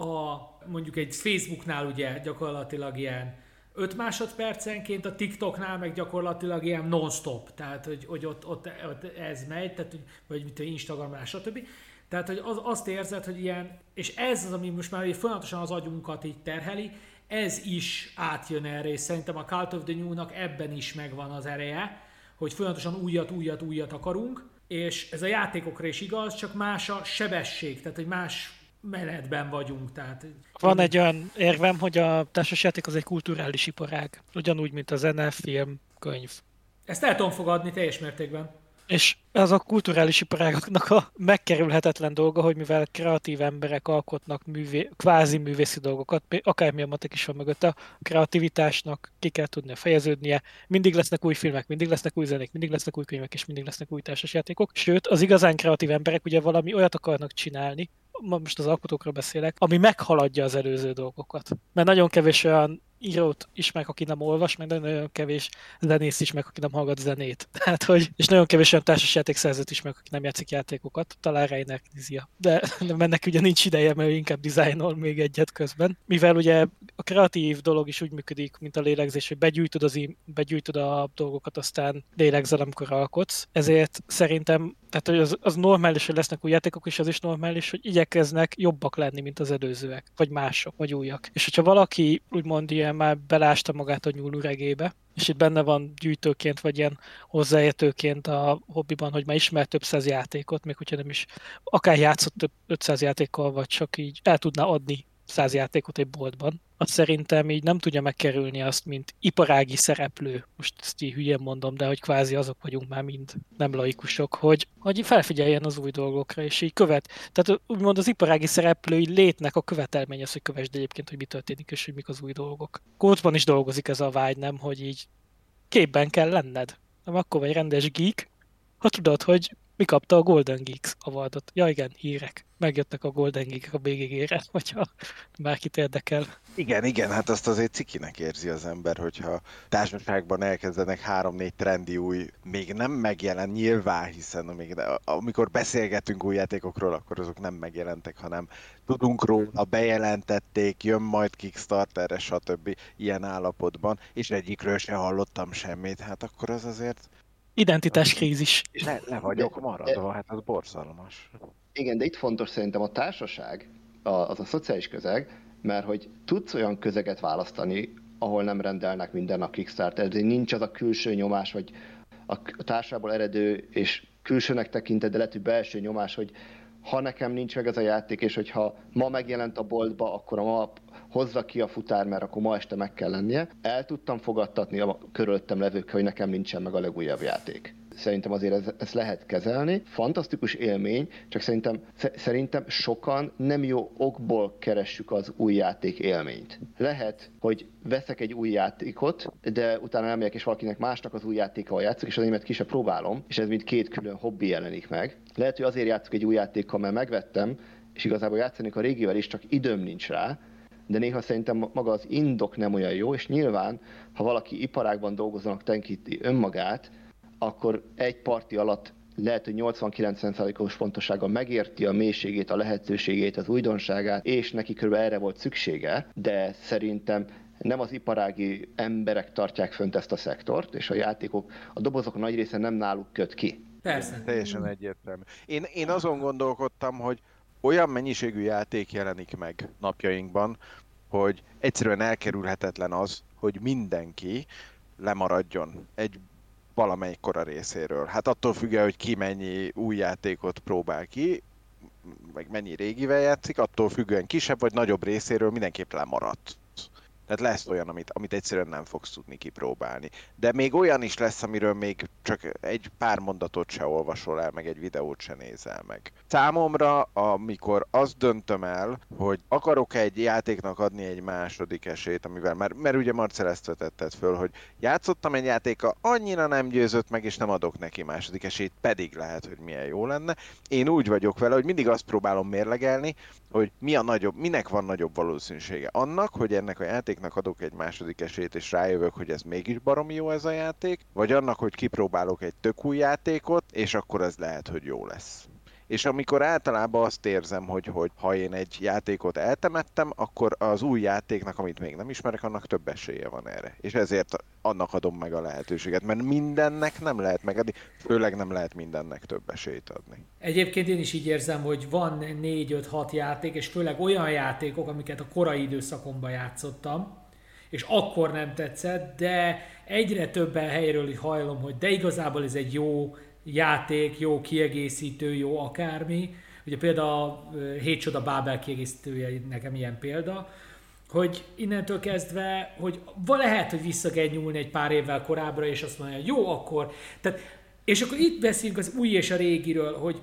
mondjuk egy Facebooknál ugye gyakorlatilag ilyen 5 másodpercenként, a TikToknál meg gyakorlatilag ilyen non-stop, tehát hogy ott ez megy, tehát, vagy mint Instagramnál, stb. Tehát, hogy azt érzed, hogy ilyen, és ez az, ami most már folyamatosan az agyunkat így terheli, ez is átjön erre, és szerintem a Cult of the New-nak ebben is megvan az ereje, hogy folyamatosan újat akarunk, és ez a játékokra is igaz, csak más a sebesség, tehát hogy más menetben vagyunk. Tehát, van egy olyan érvem, hogy a társasjáték az egy kulturális iparág, ugyanúgy, mint a zene, film, könyv. Ezt el tudom fogadni teljes mértékben. És az a kulturális iparágoknak a megkerülhetetlen dolga, hogy mivel kreatív emberek alkotnak kvázi művészi dolgokat, akármilyen matek is van mögött, a kreativitásnak ki kell tudnia fejeződnie, mindig lesznek új filmek, mindig lesznek új zenék, mindig lesznek új könyvek, és mindig lesznek új társasjátékok. Sőt, az igazán kreatív emberek ugye valami olyat akarnak csinálni, most az alkotókról beszélek, ami meghaladja az előző dolgokat. Mert nagyon kevés olyan írót ismerek, aki nem olvas, meg nagyon kevés zenész ismerek, aki nem hallgat zenét. Tehát, és nagyon kevés olyan társasjátékszerzőt ismerek, aki nem játszik játékokat. Talán Reiner Knizia. De ennek ugye nincs ideje, mert ő inkább dizájnol még egyet közben. Mivel ugye a kreatív dolog is úgy működik, mint a lélegzés, hogy begyűjtöd a dolgokat, aztán lélegzel, amikor alkotsz. Ezért szerintem, tehát hogy az normális, hogy lesznek új játékok, és az is normális, hogy igyekeznek jobbak lenni, mint az előzőek, vagy mások, vagy újak. És hogyha valaki úgymond ilyen már belásta magát a nyúluregébe, és itt benne van gyűjtőként, vagy ilyen hozzáértőként a hobbiban, hogy már ismer több száz játékot, még hogyha nem is akár játszott több 500 játékkal, vagy csak így el tudná adni 100 játékot egy boltban, azt szerintem így nem tudja megkerülni azt, mint iparági szereplő. Most ezt így hülyén mondom, de hogy kvázi azok vagyunk már mind nem laikusok, hogy felfigyeljen az új dolgokra, és így Tehát úgymond az iparági szereplői létnek a követelmény az, hogy kövesd egyébként, hogy mi történik, és hogy mik az új dolgok. Kódban is dolgozik ez a vágy, nem, hogy így képben kell lenned. Nem akkor vagy rendes geek, ha tudod, hogy mi kapta a Golden Geeks awardot. Ja igen, hírek. Megjöttek a Golden Geek a BGG-re, hogyha bárkit érdekel. Igen, hát azt azért cikinek érzi az ember, hogyha társaságban elkezdenek 3-4 trendi új, még nem megjelent nyilván, hiszen amikor beszélgetünk új játékokról, akkor azok nem megjelentek, hanem tudunk róla, bejelentették, jön majd Kickstarterre, stb. Ilyen állapotban, és egyikről se hallottam semmit, hát akkor az azért Identitáskrízis. És le vagyok maradva, hát az borzalmas. Igen, de itt fontos szerintem a társaság, az a szociális közeg, mert hogy tudsz olyan közeget választani, ahol nem rendelnek minden nap Kickstarter, ezért nincs az a külső nyomás, vagy a társából eredő és külsőnek tekinted, de lehet, hogy belső nyomás, hogy ha nekem nincs meg ez a játék, és hogyha ma megjelent a boltba, akkor ma hozza ki a futár, mert akkor ma este meg kell lennie. El tudtam fogadtatni a körülöttem levőkkel, hogy nekem nincsen meg a legújabb játék. Szerintem azért ezt lehet kezelni. Fantasztikus élmény, csak szerintem sokan nem jó okból keressük az új játék élményt. Lehet, hogy veszek egy új játékot, de utána elmegyek, és valakinek másnak az új játékkal játszik, és az enyémet ki se próbálom, és ez mind két külön hobbi jelenik meg. Lehet, hogy azért játszok egy új játékkal, mert megvettem, és igazából játszanék a régivel is, csak időm nincs rá, de néha szerintem maga az indok nem olyan jó, és nyilván, ha valaki iparágban dolgoznak, tenkíti önmagát, akkor egy parti alatt lehet, hogy 80-90%-os pontossággal megérti a mélységét, a lehetőségét, az újdonságát, és neki körülbelül erre volt szüksége, de szerintem nem az iparági emberek tartják fönt ezt a szektort, és a játékok, a dobozok nagy része nem náluk köt ki. Persze. Teljesen egyértelmű. Én azon gondolkodtam, hogy olyan mennyiségű játék jelenik meg napjainkban, hogy egyszerűen elkerülhetetlen az, hogy mindenki lemaradjon egy valamelyik kora részéről. Hát attól függően, hogy ki mennyi új játékot próbál ki, meg mennyi régivel játszik, attól függően kisebb vagy nagyobb részéről mindenképp lemaradt. Tehát lesz olyan, amit egyszerűen nem fogsz tudni kipróbálni. De még olyan is lesz, amiről még csak egy pár mondatot se olvasol el, meg egy videót se nézel meg. Számomra, amikor azt döntöm el, hogy akarok egy játéknak adni egy második esélyt, amivel mert ugye Marcel ezt vetetted föl, hogy játszottam egy játékkal, annyira nem győzött meg, és nem adok neki második esélyt, pedig lehet, hogy milyen jó lenne. Én úgy vagyok vele, hogy mindig azt próbálom mérlegelni, hogy minek van nagyobb valószínűsége annak, hogy ennek a játéknak adok egy második esélyt, és rájövök, hogy ez mégis baromi jó ez a játék, vagy annak, hogy kipróbálok egy tök új játékot, és akkor ez lehet, hogy jó lesz. És amikor általában azt érzem, hogy ha én egy játékot eltemettem, akkor az új játéknak, amit még nem ismerek, annak több esélye van erre. És ezért annak adom meg a lehetőséget, mert mindennek nem lehet megadni, főleg nem lehet mindennek több esélyt adni. Egyébként én is így érzem, hogy van 4-5-6 játék, és főleg olyan játékok, amiket a korai időszakomban játszottam, és akkor nem tetszett, de egyre többen helyről hajlom, hogy de igazából ez egy jó játék, jó kiegészítő, jó akármi. Ugye például a 7 csoda Bábel kiegészítője nekem ilyen példa, hogy innentől kezdve, hogy lehet, hogy vissza kell nyúlni egy pár évvel korábbra, és azt mondja, hogy jó, akkor. Tehát, és akkor itt beszélünk az új és a régiről, hogy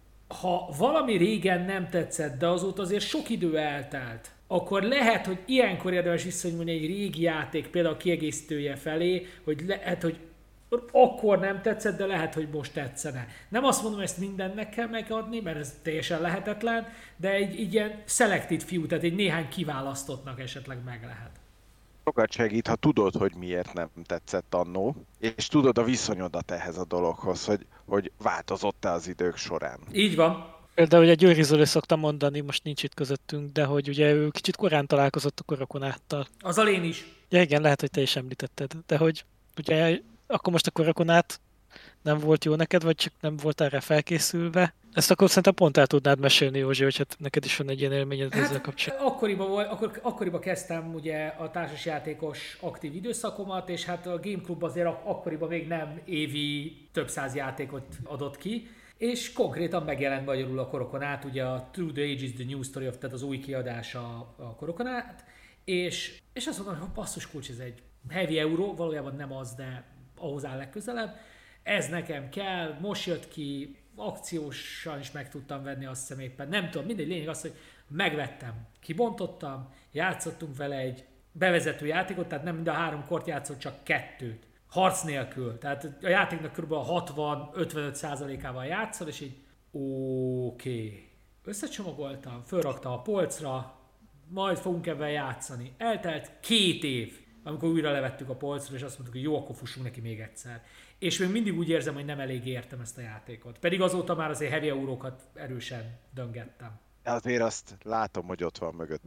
ha valami régen nem tetszett, de azóta azért sok idő eltelt, akkor lehet, hogy ilyenkor érdemes visszanyúlni egy régi játék, például a kiegészítője felé, hogy lehet, hogy akkor nem tetszett, de lehet, hogy most tetszene. Nem azt mondom, ezt mindennek kell megadni, mert ez teljesen lehetetlen, de egy ilyen selected few, tehát egy néhány kiválasztottnak esetleg meg lehet. Sokat segít, ha tudod, hogy miért nem tetszett annó, és tudod a viszonyodat ehhez a dologhoz, hogy változott-e az idők során. Így van. Például ugye Győri Zoli szokta mondani, most nincs itt közöttünk, de hogy ugye ő kicsit korán találkozott a Korokonáttal. Az én is. Ja igen, lehet, hogy te is említetted, de hogy ugye akkor most a Korokonát nem volt jó neked, vagy csak nem voltál rá felkészülve. Ezt akkor szerintem pont el tudnád mesélni, Józsi, hogy hát neked is van egy ilyen élményed ezzel kapcsolatban. Akkoriban kezdtem ugye a társasjátékos aktív időszakomat, és hát a Game Club azért akkoriban még nem évi több száz játékot adott ki, és konkrétan megjelent magyarul a Korokonát, ugye a Through the Ages, the New Story of, tehát az új kiadása a Korokonát, és azt mondom, hogy basszus kulcs, ez egy heavy euró, valójában nem az, de ahhoz áll legközelebb. Ez nekem kell, most jött ki, akciósan is meg tudtam venni, azt hiszem éppen, nem tudom, mindegy, lényeg az, hogy megvettem, kibontottam, játszottunk vele egy bevezető játékot, tehát nem mind a 3 kort játszott, csak 2-t. Harc nélkül, tehát a játéknak kb. 60-55%-ával játszol, és így oké. Összecsomagoltam, fölraktam a polcra, majd fogunk ebben játszani. Eltelt 2 év, amikor újra levettük a polcra, és azt mondtuk, hogy jó, akkor fussunk neki még egyszer. És még mindig úgy érzem, hogy nem elég értem ezt a játékot. Pedig azóta már azért heavy eurókat erősen döngettem. Azért azt látom, hogy ott van mögött.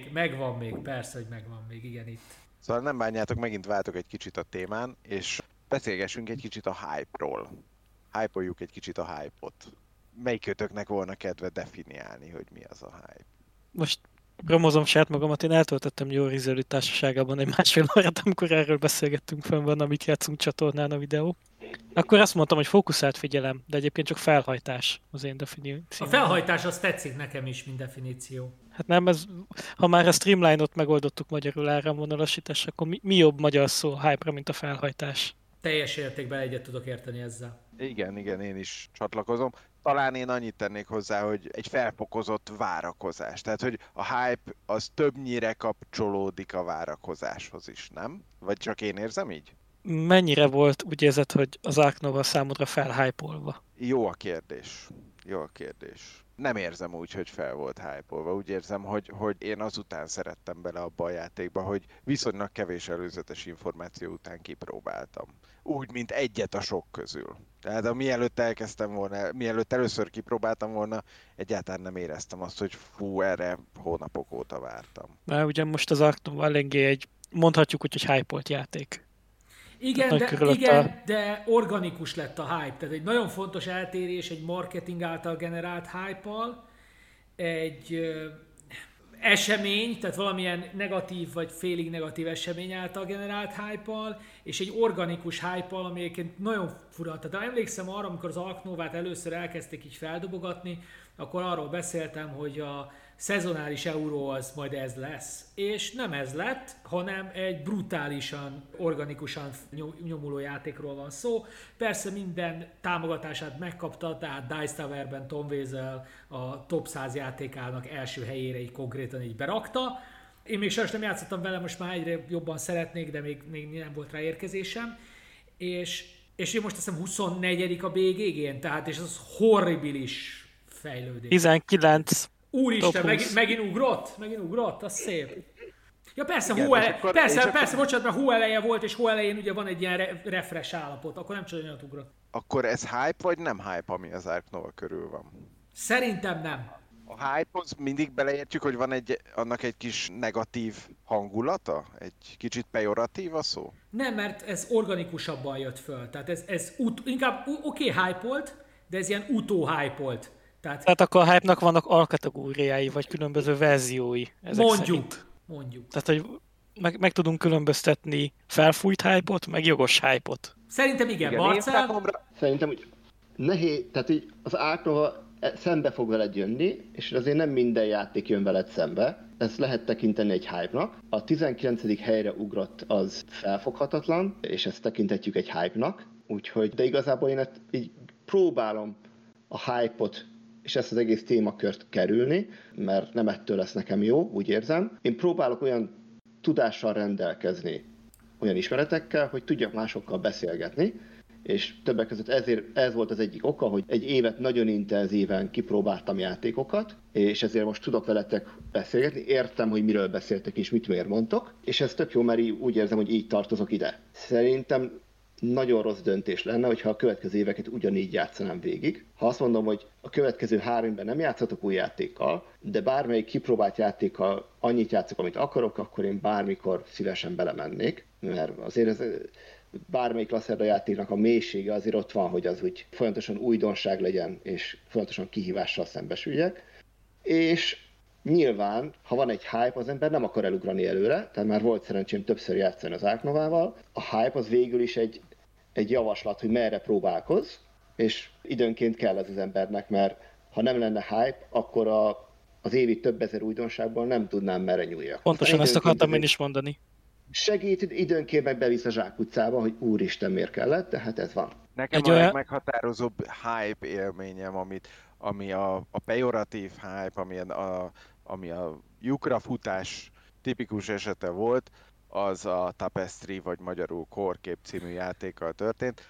Megvan még, persze, hogy megvan még, igen itt. Szóval nem bánjátok, megint váltok egy kicsit a témán, és Beszélgessünk egy kicsit a hype-ról. Hype-oljuk egy kicsit a hype-ot. Melyikötöknek volna kedve definiálni, hogy mi az a hype? Most promozom saját magamat, én eltöltöttem jó Rizeli társaságában egy másfél órát, amikor erről beszélgettünk, fönn van, amit játszunk csatornán a videó. Akkor azt mondtam, hogy fókuszált figyelem, de egyébként csak felhajtás az én definícióm. A felhajtás az tetszik nekem is, mint definíció. Hát nem, ha már a streamline-ot megoldottuk magyarul áramvonalasítás, akkor mi jobb magyar szó hype-ra, mint a felhajtás? Teljes értékben egyet tudok érteni ezzel. Igen, én is csatlakozom. Talán én annyit tennék hozzá, hogy egy felfokozott várakozás. Tehát, hogy a hype az többnyire kapcsolódik a várakozáshoz is, nem? Vagy csak én érzem így? Mennyire volt úgy érzed, hogy az Ark Nova számodra felhype-olva? Jó a kérdés. Nem érzem úgy, hogy fel volt hype-olva. Úgy érzem, hogy én azután szerettem bele abba a játékba, hogy viszonylag kevés előzetes információ után kipróbáltam. Úgy, mint egyet a sok közül. Tehát mielőtt először kipróbáltam volna, egyáltalán nem éreztem azt, hogy fú, erre hónapok óta vártam. Mert ugye most az Ark Nova eléggé mondhatjuk úgy, hogy hype-olt játék. De organikus lett a hype. Tehát egy nagyon fontos eltérés egy marketing által generált hype-al, egy esemény, tehát valamilyen negatív vagy félig negatív esemény által generált hype-al, és egy organikus hype-al, ami egyébként nagyon fura. Tehát emlékszem arra, amikor az Ark Novát először elkezdték így feldobogatni, akkor arról beszéltem, hogy a szezonális euró az majd ez lesz. És nem ez lett, hanem egy brutálisan, organikusan nyomuló játékról van szó. Persze minden támogatását megkapta, tehát Dice Towerben Tom Weasel a top 100 játékának első helyére így konkrétan így berakta. Én még sajnos nem játszottam vele, most már egyre jobban szeretnék, de még nem volt rá érkezésem. És én most azt hiszem 24. a BGG-n, tehát és az horribilis fejlődés. 19. Úristen, megint ugrott, az szép. Ja persze, igen, persze, bocsánat, mert hó eleje volt, és hó elején ugye van egy ilyen refresh állapot, akkor nem csak olyan ugrott. Akkor ez hype vagy nem hype, ami az Ark Nova körül van? Szerintem nem. A hype-hoz mindig beleértjük, hogy van annak egy kis negatív hangulata? Egy kicsit pejoratív a szó? Nem, mert ez organikusabban jött föl. Tehát ez inkább hype-olt, de ez ilyen utó-hype-olt. Tehát akkor a hype-nak vannak alkategóriái, vagy különböző verziói. Mondjuk. Tehát, hogy meg tudunk különböztetni felfújt hype-ot, meg jogos hype-ot. Szerintem igen, Marcel. Szerintem úgy nehéz, tehát így az Ark Nova szembe fog veled jönni, és azért nem minden játék jön veled szembe. Ezt lehet tekinteni egy hype-nak. A 19. helyre ugrott az felfoghatatlan, és ezt tekinthetjük egy hype-nak. Úgyhogy, de igazából én így próbálom a hype-ot és ezt az egész témakört kerülni, mert nem ettől lesz nekem jó, úgy érzem. Én próbálok olyan tudással rendelkezni, olyan ismeretekkel, hogy tudjak másokkal beszélgetni, és többek között ez volt az egyik oka, hogy egy évet nagyon intenzíven kipróbáltam játékokat, és ezért most tudok veletek beszélgetni, értem, hogy miről beszéltek és mit miért mondtok, és ez tök jó, mert úgy érzem, hogy így tartozok ide. Szerintem nagyon rossz döntés lenne, hogyha a következő éveket ugyanígy játszanám végig. Ha azt mondom, hogy a következő 3 évben nem játszhatok új játékkal, de bármelyik kipróbált játékkal annyit játszok, amit akarok, akkor én bármikor szívesen belemennék, mert azért ez bármelyik Lacerda játéknak a mélysége azért ott van, hogy az úgy folyamatosan újdonság legyen, és folyamatosan kihívással szembesüljek. És nyilván, ha van egy hype, az ember nem akar elugrani előre, tehát már volt szerencsém többször játszani az Ark Novával. A hype az végül is egy javaslat, hogy merre próbálkozz, és időnként kell ez az embernek, mert ha nem lenne hype, akkor az évi több ezer újdonságból nem tudnám merre nyúljak. Pontosan ezt akartam én is mondani. Segít, időnként meg bevisz a zsákutcába, hogy úristen miért kellett, de hát ez van. Nekem a legmeghatározóbb hype élményem, ami a pejoratív hype, ami a lyukra futás tipikus esete volt, az a Tapestry, vagy magyarul Kórkép című játékkal történt.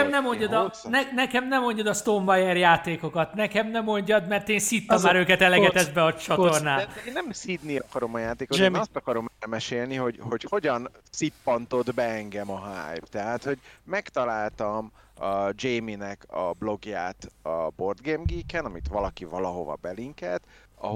Nekem nem mondjad a Stonewire játékokat, nekem nem mondjad, mert én szittam már őket eleget be a csatornán. Én nem szidni akarom a játékot, én azt akarom elmesélni, hogy hogyan szippantott be engem a hype. Tehát, hogy megtaláltam a Jamie-nek a blogját a Board Game Geek-en, amit valaki valahova belinkelt, ahol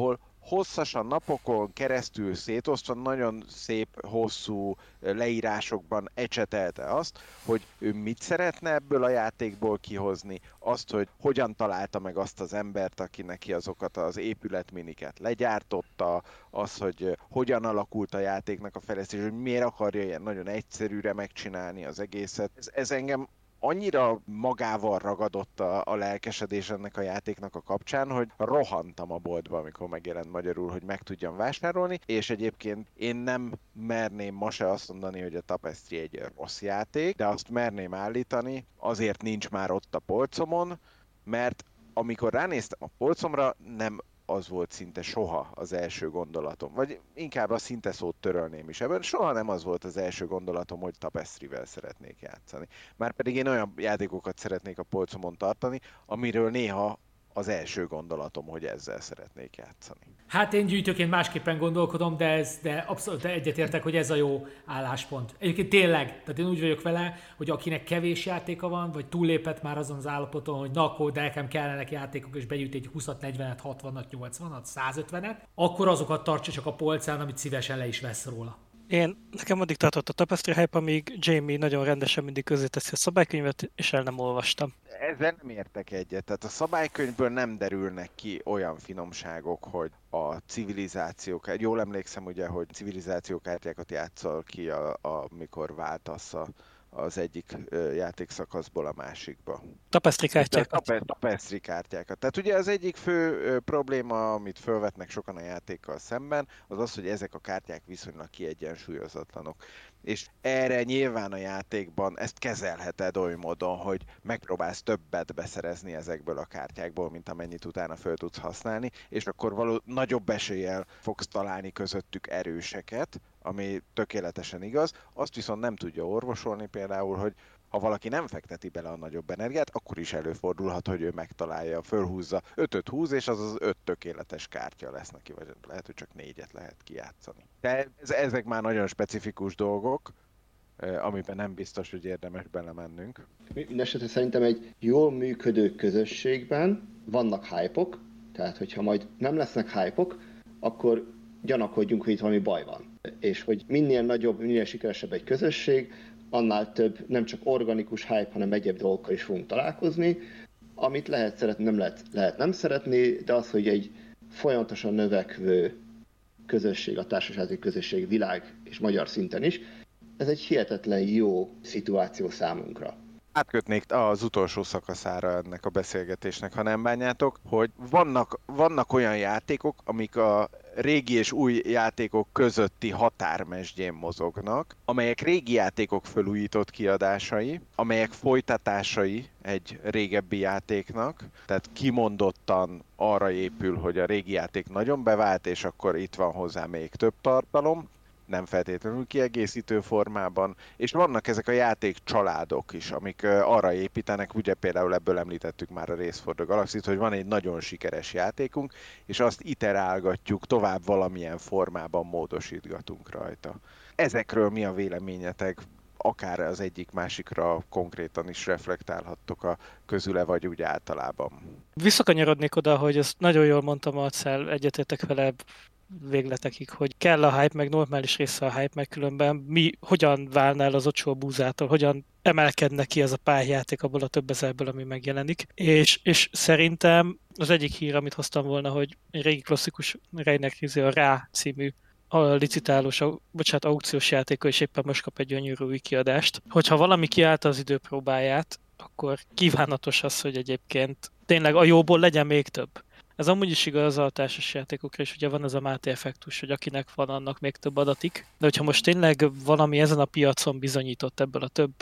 hosszasan napokon keresztül szétosztva, nagyon szép, hosszú leírásokban ecsetelte azt, hogy ő mit szeretne ebből a játékból kihozni, azt, hogy hogyan találta meg azt az embert, aki neki azokat az épületminiket legyártotta, az, hogy hogyan alakult a játéknak a fejlesztés, hogy miért akarja ilyen nagyon egyszerűre megcsinálni az egészet. Ez engem annyira magával ragadott a lelkesedés ennek a játéknak a kapcsán, hogy rohantam a boltba, amikor megjelent magyarul, hogy meg tudjam vásárolni, és egyébként én nem merném ma se azt mondani, hogy a Tapestry egy rossz játék, de azt merném állítani, azért nincs már ott a polcomon, mert amikor ránéztem a polcomra, nem az volt szinte soha az első gondolatom. Vagy inkább a szinte szót törölném is ebben. Soha nem az volt az első gondolatom, hogy Tapestryvel szeretnék játszani. Márpedig én olyan játékokat szeretnék a polcomon tartani, amiről néha az első gondolatom, hogy ezzel szeretnék játszani. Hát én gyűjtőként másképpen gondolkodom, de abszolút egyetértek, hogy ez a jó álláspont. Egyébként tényleg, tehát én úgy vagyok vele, hogy akinek kevés játéka van, vagy túllépett már azon az állapoton, hogy na akkor de nekem kellenek játékok, és begyűjt egy 20-at, 40-et, 60-at, 80-at, 150-et, akkor azokat tartsa csak a polcán, amit szívesen le is vesz róla. Nekem addig tartott a Tapestry hype, amíg Jamie nagyon rendesen mindig közzéteszi a szabálykönyvet, és el nem olvastam. Ezzel nem értek egyet. Tehát a szabálykönyvből nem derülnek ki olyan finomságok, hogy a civilizációk, jól emlékszem ugye, hogy civilizációkártyákat játszol ki, amikor váltasz az egyik játékszakaszból a másikba. Tapestry kártyákat. Tapestry kártyákat. Tehát ugye az egyik fő probléma, amit felvetnek sokan a játékkal szemben, az az, hogy ezek a kártyák viszonylag kiegyensúlyozatlanok. És erre nyilván a játékban ezt kezelheted oly módon, hogy megpróbálsz többet beszerezni ezekből a kártyákból, mint amennyit utána föl tudsz használni, és akkor nagyobb eséllyel fogsz találni közöttük erőseket, ami tökéletesen igaz. Azt viszont nem tudja orvosolni például, hogy ha valaki nem fekteti bele a nagyobb energiát, akkor is előfordulhat, hogy ő megtalálja, fölhúzza, 5-5 húz, és az 5 tökéletes kártya lesz neki, vagy lehet, hogy csak 4-et lehet kijátszani. De ezek már nagyon specifikus dolgok, amiben nem biztos, hogy érdemes belemennünk. Mindenesetre szerintem egy jól működő közösségben vannak hype-ok, tehát hogyha majd nem lesznek hype-ok, akkor gyanakodjunk, hogy itt valami baj van. És hogy minél nagyobb, minél sikeresebb egy közösség, annál több nem csak organikus hype, hanem egyéb dolgokkal is fogunk találkozni, amit lehet szeretni, nem lehet nem szeretni, de az, hogy egy folyamatosan növekvő közösség, a társasházi közösség világ és magyar szinten is, ez egy hihetetlen jó szituáció számunkra. Átkötnék az utolsó szakaszára ennek a beszélgetésnek, ha nem bánjátok, hogy vannak olyan játékok, amik a régi és új játékok közötti határmesdjén mozognak, amelyek régi játékok felújított kiadásai, amelyek folytatásai egy régebbi játéknak, tehát kimondottan arra épül, hogy a régi játék nagyon bevált, és akkor itt van hozzá még több tartalom, nem feltétlenül kiegészítő formában, és vannak ezek a játék családok is, amik arra építenek, ugye például ebből említettük már a Race for the Galaxy-t, hogy van egy nagyon sikeres játékunk, és azt iterálgatjuk, tovább valamilyen formában módosítgatunk rajta. Ezekről mi a véleményetek? Akár az egyik másikra konkrétan is reflektálhattok a közüle, vagy úgy általában. Visszakanyarodnék oda, hogy ezt nagyon jól mondta Marcell, egyetértek vele végletekig, hogy kell a hype, meg normális része a hype, meg különben hogyan válnál az ocsó búzától, hogyan emelkedne ki ez a pár játék abból a több ezerből, ami megjelenik. És szerintem az egyik hír, amit hoztam volna, hogy egy régi klasszikus Reiner Rizzi, a Rá című a licitálós, aukciós játéka, és éppen most kap egy gyönyörű új kiadást. Hogyha valami kiállta az időpróbáját, akkor kívánatos az, hogy egyébként tényleg a jóból legyen még több. Ez amúgy is igaz a társas játékokra, és ugye van ez a Máté effektus, hogy akinek van, annak még több adatik. De hogyha most tényleg valami ezen a piacon bizonyított ebből a több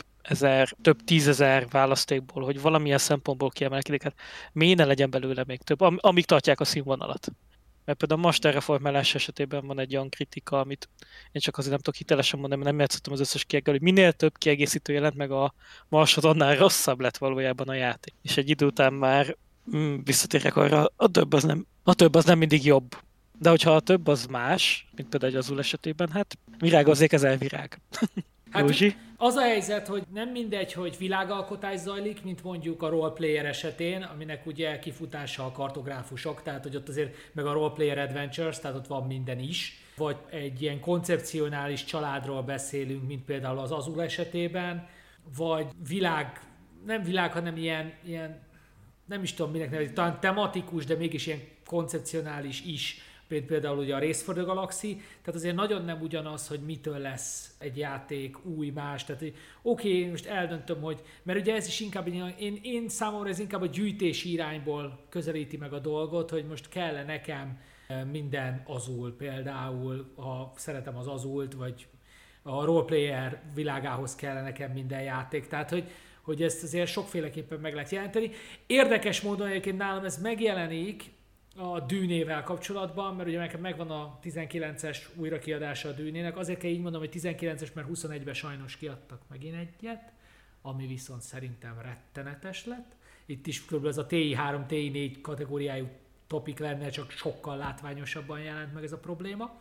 tízezer választékból, hogy valamilyen szempontból kiemelkedik, hát miért ne legyen belőle még több, amíg tartják a színvonalat. Mert például a Master reformálás esetében van egy olyan kritika, amit én csak azért nem tudok hitelesen mondani, mert nem játszottam az összes kiegészítőt, hogy minél több kiegészítő jelent meg a Marsod, annál rosszabb lett valójában a játék. És egy idő után már visszatérek arra, a több az nem mindig jobb. De hogyha a több az más, mint például egy Azul esetében, hát virágozzék ezer virág. Józsi? Az a helyzet, hogy nem mindegy, hogy világalkotás zajlik, mint mondjuk a roleplayer esetén, aminek ugye kifutása a kartográfusok, tehát hogy ott azért meg a roleplayer adventures, tehát ott van minden is. Vagy egy ilyen koncepcionális családról beszélünk, mint például az Azul esetében, vagy nem világ, hanem ilyen nem is tudom minek nevezni, talán tematikus, de mégis ilyen koncepcionális is, például ugye a Race for the Galaxy, tehát azért nagyon nem ugyanaz, hogy mitől lesz egy játék új, más, tehát oké, most eldöntöm, hogy, mert ugye ez is inkább, én számomra ez inkább a gyűjtési irányból közelíti meg a dolgot, hogy most kell nekem minden Azul, például, ha szeretem az Azult, vagy a roleplayer világához kell nekem minden játék, tehát hogy ezt azért sokféleképpen meg lehet jelenteni. Érdekes módon egyébként nálam ez megjelenik a Dűnével kapcsolatban, mert ugye nekem megvan a 19-es újrakiadása a Dűnének, azért kell így mondom, hogy 19-es, mert 21-ben sajnos kiadtak megint egyet, ami viszont szerintem rettenetes lett. Itt is kb. Ez a TI3, TI4 kategóriájú topik lenne, csak sokkal látványosabban jelent meg ez a probléma.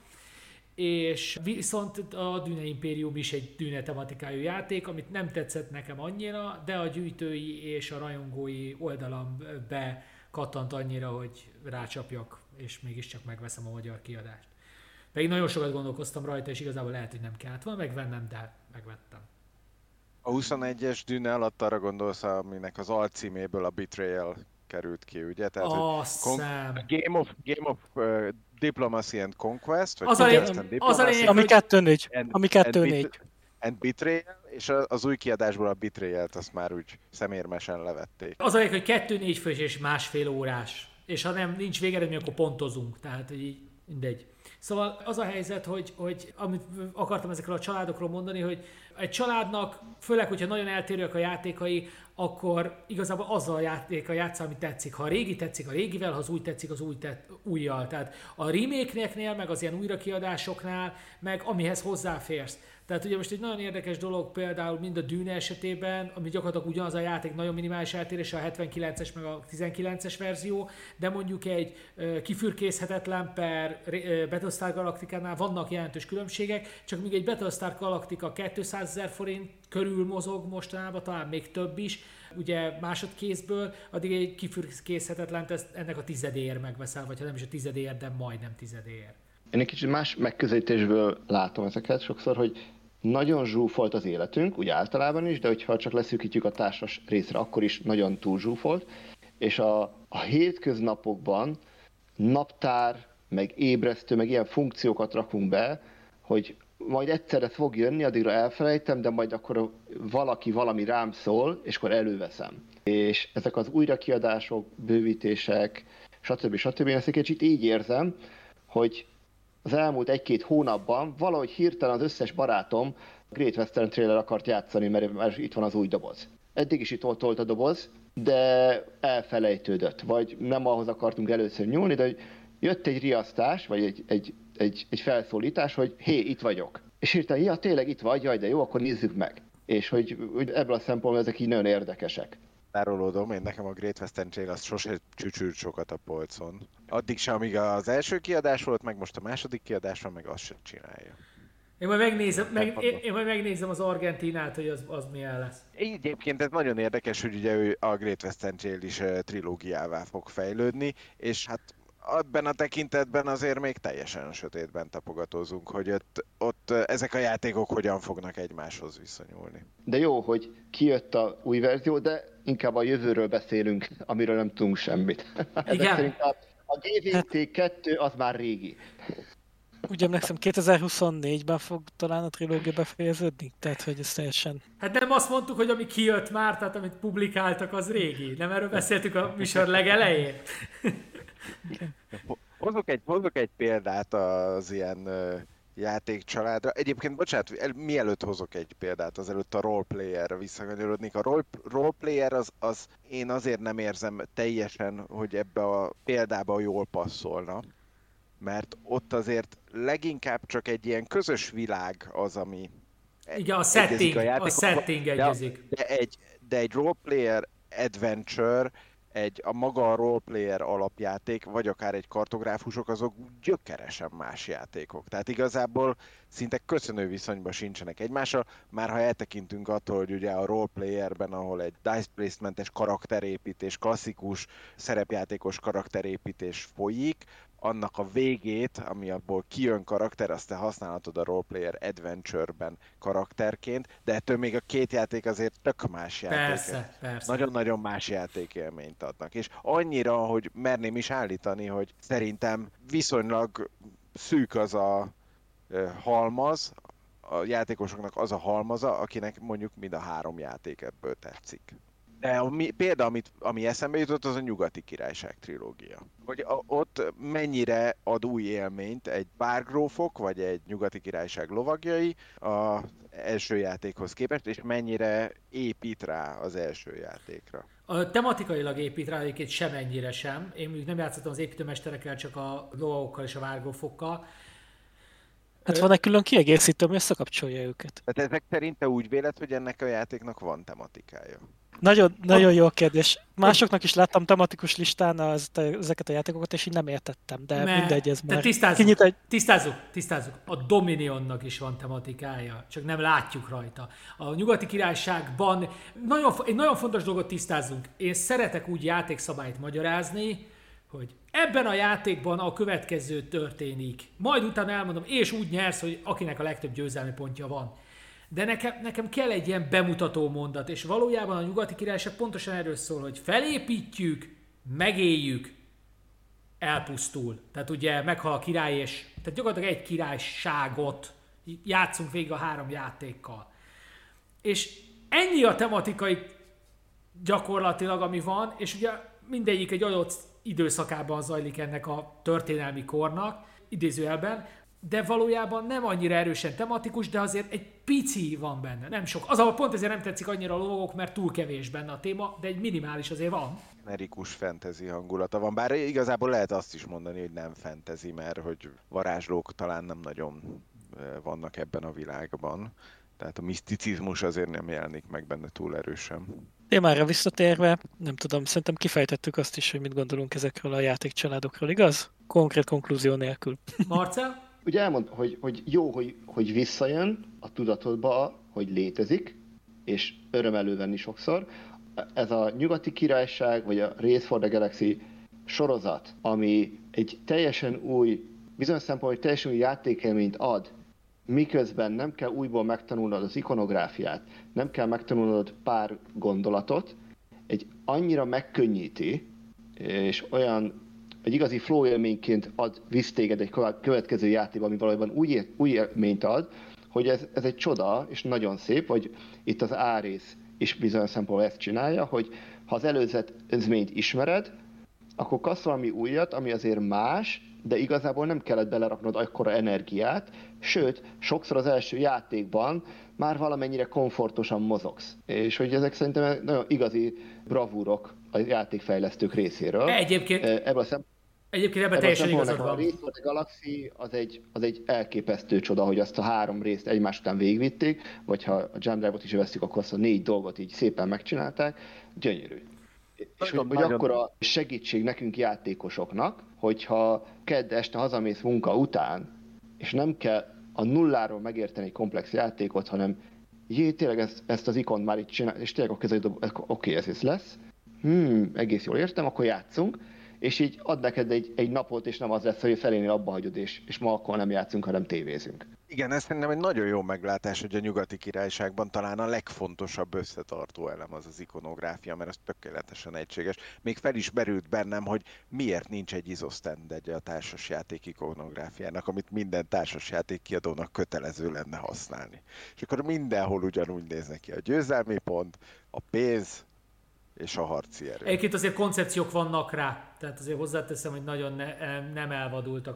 És viszont a Dune Imperium is egy Dune tematikájú játék, amit nem tetszett nekem annyira, de a gyűjtői és a rajongói oldalam bekattant annyira, hogy rácsapjak, és mégiscsak megveszem a magyar kiadást. Pedig nagyon sokat gondolkoztam rajta, és igazából lehet, hogy nem kellett volna megvennem, de megvettem. A 21-es Dune alatt arra gondolsz, aminek az alcíméből a Betrayal került ki, ugye? Tehát, Game of Diplomacy and Conquest, vagy ami 2-4. And Betrayal, és az új kiadásból a Betrayal-t azt már úgy szemérmesen levették. Az a hogy 2-4 fős és másfél órás, és ha nem nincs végeredmény, akkor pontozunk, tehát így mindegy. Szóval az a helyzet, hogy amit akartam ezekről a családokról mondani, hogy egy családnak, főleg, hogyha nagyon eltérőek a játékai, akkor igazából azzal a játékkal játszol, ami tetszik. Ha a régi tetszik a régivel, ha az új tetszik az újjal. Tehát a remake-neknél, meg az ilyen újrakiadásoknál, meg amihez hozzáférsz. Tehát ugye most egy nagyon érdekes dolog például mind a Dune esetében, ami gyakorlatilag ugyanaz a játék, nagyon minimális eltérés, a 79-es meg a 19-es verzió, de mondjuk egy kifürkészhetetlen per Battlestar Galactica-nál vannak jelentős különbségek, csak míg egy Battlestar Galactica 200 000 forint körül mozog mostanában, talán még több is, ugye másodkézből, addig egy kifürkészhetetlent ennek a tizedéért megveszel, vagy ha nem is a tizedéért, de majdnem tizedéért. Én egy kicsit más megközelítésből látom ezeket sokszor, hogy nagyon zsúfolt az életünk, úgy általában is, de hogyha csak leszűkítjük a társas részre, akkor is nagyon túl zsúfolt, és a hétköznapokban naptár, meg ébresztő, meg ilyen funkciókat rakunk be, hogy majd egyszerre fog jönni, addigra elfelejtem, de majd akkor valami rám szól, és akkor előveszem. És ezek az újrakiadások, bővítések, stb. Én ezt egy kicsit így érzem, hogy az elmúlt 1-2 hónapban valahogy hirtelen az összes barátom Great Western Trail akart játszani, mert itt van az új doboz. Eddig is itt volt a doboz, de elfelejtődött, vagy nem ahhoz akartunk először nyúlni, de jött egy riasztás, vagy egy felszólítás, hogy hé, itt vagyok. És hirtelen, ja, tényleg itt vagy, jaj, de jó, akkor nézzük meg. És hogy ebből a szempontból ezek így nagyon érdekesek. Tárolódom, én nekem a Great Western Trail az sose csücsült sokat a polcon. Addig sem, amíg az első kiadás volt, meg most a második kiadás van, meg azt sem csinálja. Én majd megnézem az Argentinát, hogy az milyen lesz. Egyébként ez nagyon érdekes, hogy ugye ő a Great Western Trail is trilógiává fog fejlődni, és hát ebben a tekintetben azért még teljesen sötétben tapogatózunk, hogy ott ezek a játékok hogyan fognak egymáshoz viszonyulni. De jó, hogy kijött a új verzió, de inkább a jövőről beszélünk, amiről nem tudunk semmit. Igen. Szerint a GVT2 az már régi. Úgy emlékszem, 2024-ben fog talán a trilógia befejeződni? Tehát, hogy ez teljesen... Hát nem azt mondtuk, hogy ami kijött már, tehát amit publikáltak, az régi. Nem erről beszéltük a műsor legelején? Hozok egy példát az ilyen játékcsaládra. Egyébként, bocsánat, mielőtt hozok egy példát, azelőtt a roleplayerre visszakanyarodnék. A roleplayer az én azért nem érzem teljesen, hogy ebbe a példába jól passzolna, mert ott azért leginkább csak egy ilyen közös világ az, ami igen, a setting egyezik. De egy roleplayer adventure a maga a roleplayer alapjáték, vagy akár egy kartográfusok, azok gyökeresen más játékok. Tehát igazából szinte köszönő viszonyban sincsenek egymással, már ha eltekintünk attól, hogy ugye a roleplayerben, ahol egy dice placementes karakterépítés, klasszikus szerepjátékos karakterépítés folyik, annak a végét, ami abból kijön karakter, azt te használhatod a Roleplayer Adventure-ben karakterként, de ettől még a két játék azért tök más játék. Persze. Nagyon-nagyon más játékélményt adnak. És annyira, hogy merném is állítani, hogy szerintem viszonylag szűk az a halmaz, a játékosoknak az a halmaza, akinek mondjuk mind a 3 játék ebből tetszik. De példa, ami eszembe jutott, az a Nyugati Királyság trilógia. Hogy ott mennyire ad új élményt egy bárgrófok, vagy egy Nyugati Királyság lovagjai az első játékhoz képest, és mennyire épít rá az első játékra. Tematikailag épít rá egyébként semennyire sem. Én mondjuk nem játszottam az építőmesterekkel, csak a lovagokkal és a várgrófokkal. Hát van egy külön kiegészítő, ami összekapcsolja őket. Tehát ezek szerint te úgy véled, hogy ennek a játéknak van tematikája? Nagyon jó kérdés. Másoknak is láttam tematikus listán ezeket a játékokat, és így nem értettem, de mindegy, ez már... Tisztázzuk. A Dominionnak is van tematikája, csak nem látjuk rajta. A Nyugati Királyságban egy nagyon fontos dolgot tisztázzunk. Én szeretek úgy játékszabályt magyarázni, hogy ebben a játékban a következő történik. Majd utána elmondom, és úgy nyersz, hogy akinek a legtöbb győzelmi pontja van. De nekem kell egy ilyen bemutató mondat, és valójában a Nyugati Királyság pontosan erről szól, hogy felépítjük, megéljük, elpusztul. Tehát ugye meghal a király, és tehát gyakorlatilag egy királyságot játszunk végig a 3 játékkal. És ennyi a tematikai gyakorlatilag, ami van, és ugye mindegyik egy adott időszakában zajlik ennek a történelmi kornak, idézőjelben, de valójában nem annyira erősen tematikus, de azért egy pici van benne, nem sok. Az, ahol pont ezért nem tetszik annyira a lovagok, mert túl kevés benne a téma, de egy minimális azért van. Generikus fantasy hangulata van, bár igazából lehet azt is mondani, hogy nem fantasy, mert hogy varázslók talán nem nagyon vannak ebben a világban. Tehát a miszticizmus azért nem jelenik meg benne túl erősen. Témára visszatérve, nem tudom, szerintem kifejtettük azt is, hogy mit gondolunk ezekről a játékcsaládokról, igaz? Konkrét konklúzió nélkül. Marcel? Ugye elmond, hogy jó, hogy visszajön a tudatodba, hogy létezik, és öröm elővenni sokszor. Ez a Nyugati Királyság, vagy a Race for the Galaxy sorozat, ami egy teljesen új, bizonyos szempontból teljesen új játékélményt ad, miközben nem kell újból megtanulnod az ikonográfiát, nem kell megtanulnod pár gondolatot, annyira megkönnyíti, és olyan egy igazi flow élményként visz téged egy következő játékba, ami valójában új élményt ad, hogy ez egy csoda, és nagyon szép, hogy itt az A-rész is bizonyos szempontból ezt csinálja, hogy ha az előzményt ismered, akkor kapsz valami újat, ami azért más, de igazából nem kellett beleraknod akkora energiát, sőt, sokszor az első játékban már valamennyire komfortosan mozogsz. És hogy ezek szerintem nagyon igazi bravúrok a játékfejlesztők részéről. Egyébként ebben teljesen igazad van. A Race for the Galaxy az egy elképesztő csoda, hogy azt a 3 részt egymás után végigvitték, vagy ha a Jam Drive-ot is veszük, akkor azt a 4 dolgot így szépen megcsinálták. Gyönyörű. És hogy akkor a segítség nekünk játékosoknak, hogyha kedd este hazamész munka után, és nem kell a nulláról megérteni egy komplex játékot, hanem tényleg ezt az ikont már itt csinál, és tényleg a között, oké, ez lesz, egész jól értem, akkor játszunk, és így ad neked egy napot, és nem az lesz, hogy felénél abba hagyod, és ma akkor nem játszunk, hanem tévézünk. Igen, ez szerintem egy nagyon jó meglátás, hogy a Nyugati Királyságban talán a legfontosabb összetartó elem az ikonográfia, mert ez tökéletesen egységes. Még fel is merült bennem, hogy miért nincs egy izosztendegye a társasjáték ikonográfiának, amit minden társasjáték kiadónak kötelező lenne használni. És akkor mindenhol ugyanúgy néz neki a győzelmi pont, a pénz, és a harci erő. Egyébként azért koncepciók vannak rá, tehát azért hozzáteszem, hogy nagyon nem elvadultak a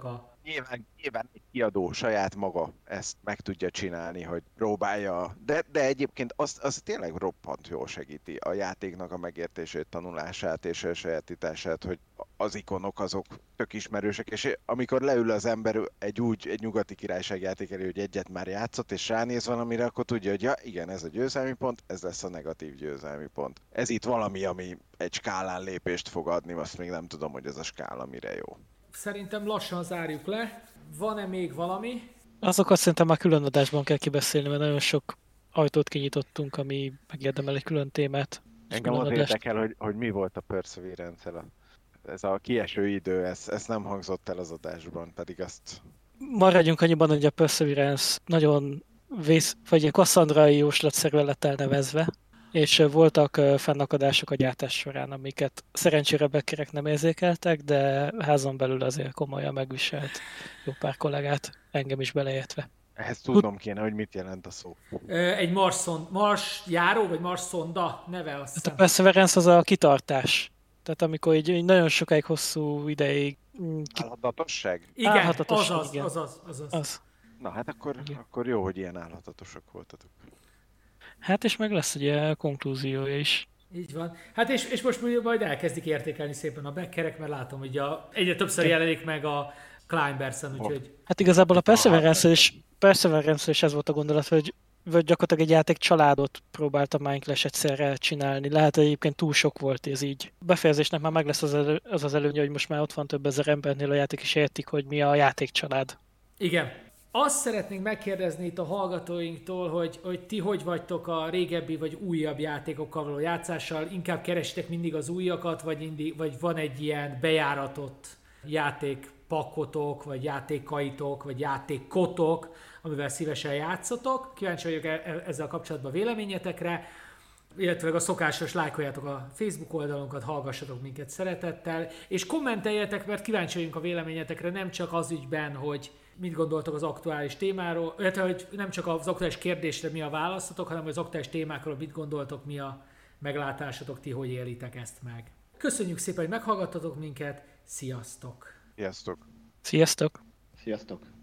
Nyilván egy kiadó saját maga ezt meg tudja csinálni, hogy próbálja, de egyébként az tényleg roppant jól segíti a játéknak a megértését, tanulását és a sajátítását, hogy az ikonok azok tök ismerősek, és amikor leül az ember egy nyugati királyság játék elé, hogy egyet már játszott, és ránéz valamire, akkor tudja, hogy ja, igen, ez a győzelmi pont, ez lesz a negatív győzelmi pont. Ez itt valami, ami egy skálán lépést fog adni, azt még nem tudom, hogy ez a skála mire jó. Szerintem lassan zárjuk le. Van-e még valami? Azokat szerintem már külön adásban kell kibeszélni, mert nagyon sok ajtót kinyitottunk, ami megérdemel egy külön témát. Engem az érdekel, hogy mi volt a Perseverance-el. Ez a kieső idő, ez nem hangzott el az adásban, pedig azt... Maradjunk annyiban, hogy a Perseverance nagyon vagy kasszandrai jóslatszerűen lett elnevezve, és voltak fennakadások a gyártás során, amiket szerencsére beckerek nem érzékeltek, de házon belül azért komolyan megviselt jó pár kollégát, engem is beleértve. Ehhez tudnom kéne, hogy mit jelent a szó. Egy Mars járó, vagy Mars szonda neve, azt hiszem. A Perseverance az a kitartás. Tehát amikor így nagyon sokáig, hosszú ideig... Álhatatosság? Igen, Álhatatosság, igen. azaz. Na hát akkor jó, hogy ilyen álhatatosak voltatok. Hát és meg lesz ugye konklúziója is. Így van. Hát és most majd elkezdik értékelni szépen a beckerek, mert látom, hogy egyre többször jelenik meg a Climbers-en, úgyhogy... Hát igazából a Perseverance is ez volt a gondolat, hogy gyakorlatilag egy játék családot próbálta Mind Clash egyszerre csinálni. Lehet, hogy egyébként túl sok volt ez így. A befejezésnek már meg lesz az előnye, hogy most már ott van több ezer embernél a játék, és értik, hogy mi a játékcsalád. Igen. Azt szeretnénk megkérdezni itt a hallgatóinktól, hogy ti hogy vagytok a régebbi vagy újabb játékokkal való játszással? Inkább keresitek mindig az újakat, vagy van egy ilyen bejáratott játékpakotok, vagy játékaitok, vagy játékkotok, amivel szívesen játszotok? Kíváncsi vagyok ezzel kapcsolatban véleményetekre, illetve a szokásos lájkoljátok a Facebook oldalunkat, hallgassatok minket szeretettel, és kommenteljetek, mert kíváncsi vagyunk a véleményetekre, nem csak az ügyben, hogy mit gondoltok az aktuális témáról, illetve hogy nem csak az aktuális kérdésre mi a válaszotok, hanem az aktuális témákról mit gondoltok, mi a meglátásotok, ti hogy élitek ezt meg. Köszönjük szépen, hogy meghallgattatok minket, sziasztok! Sziasztok! Sziasztok! Sziasztok!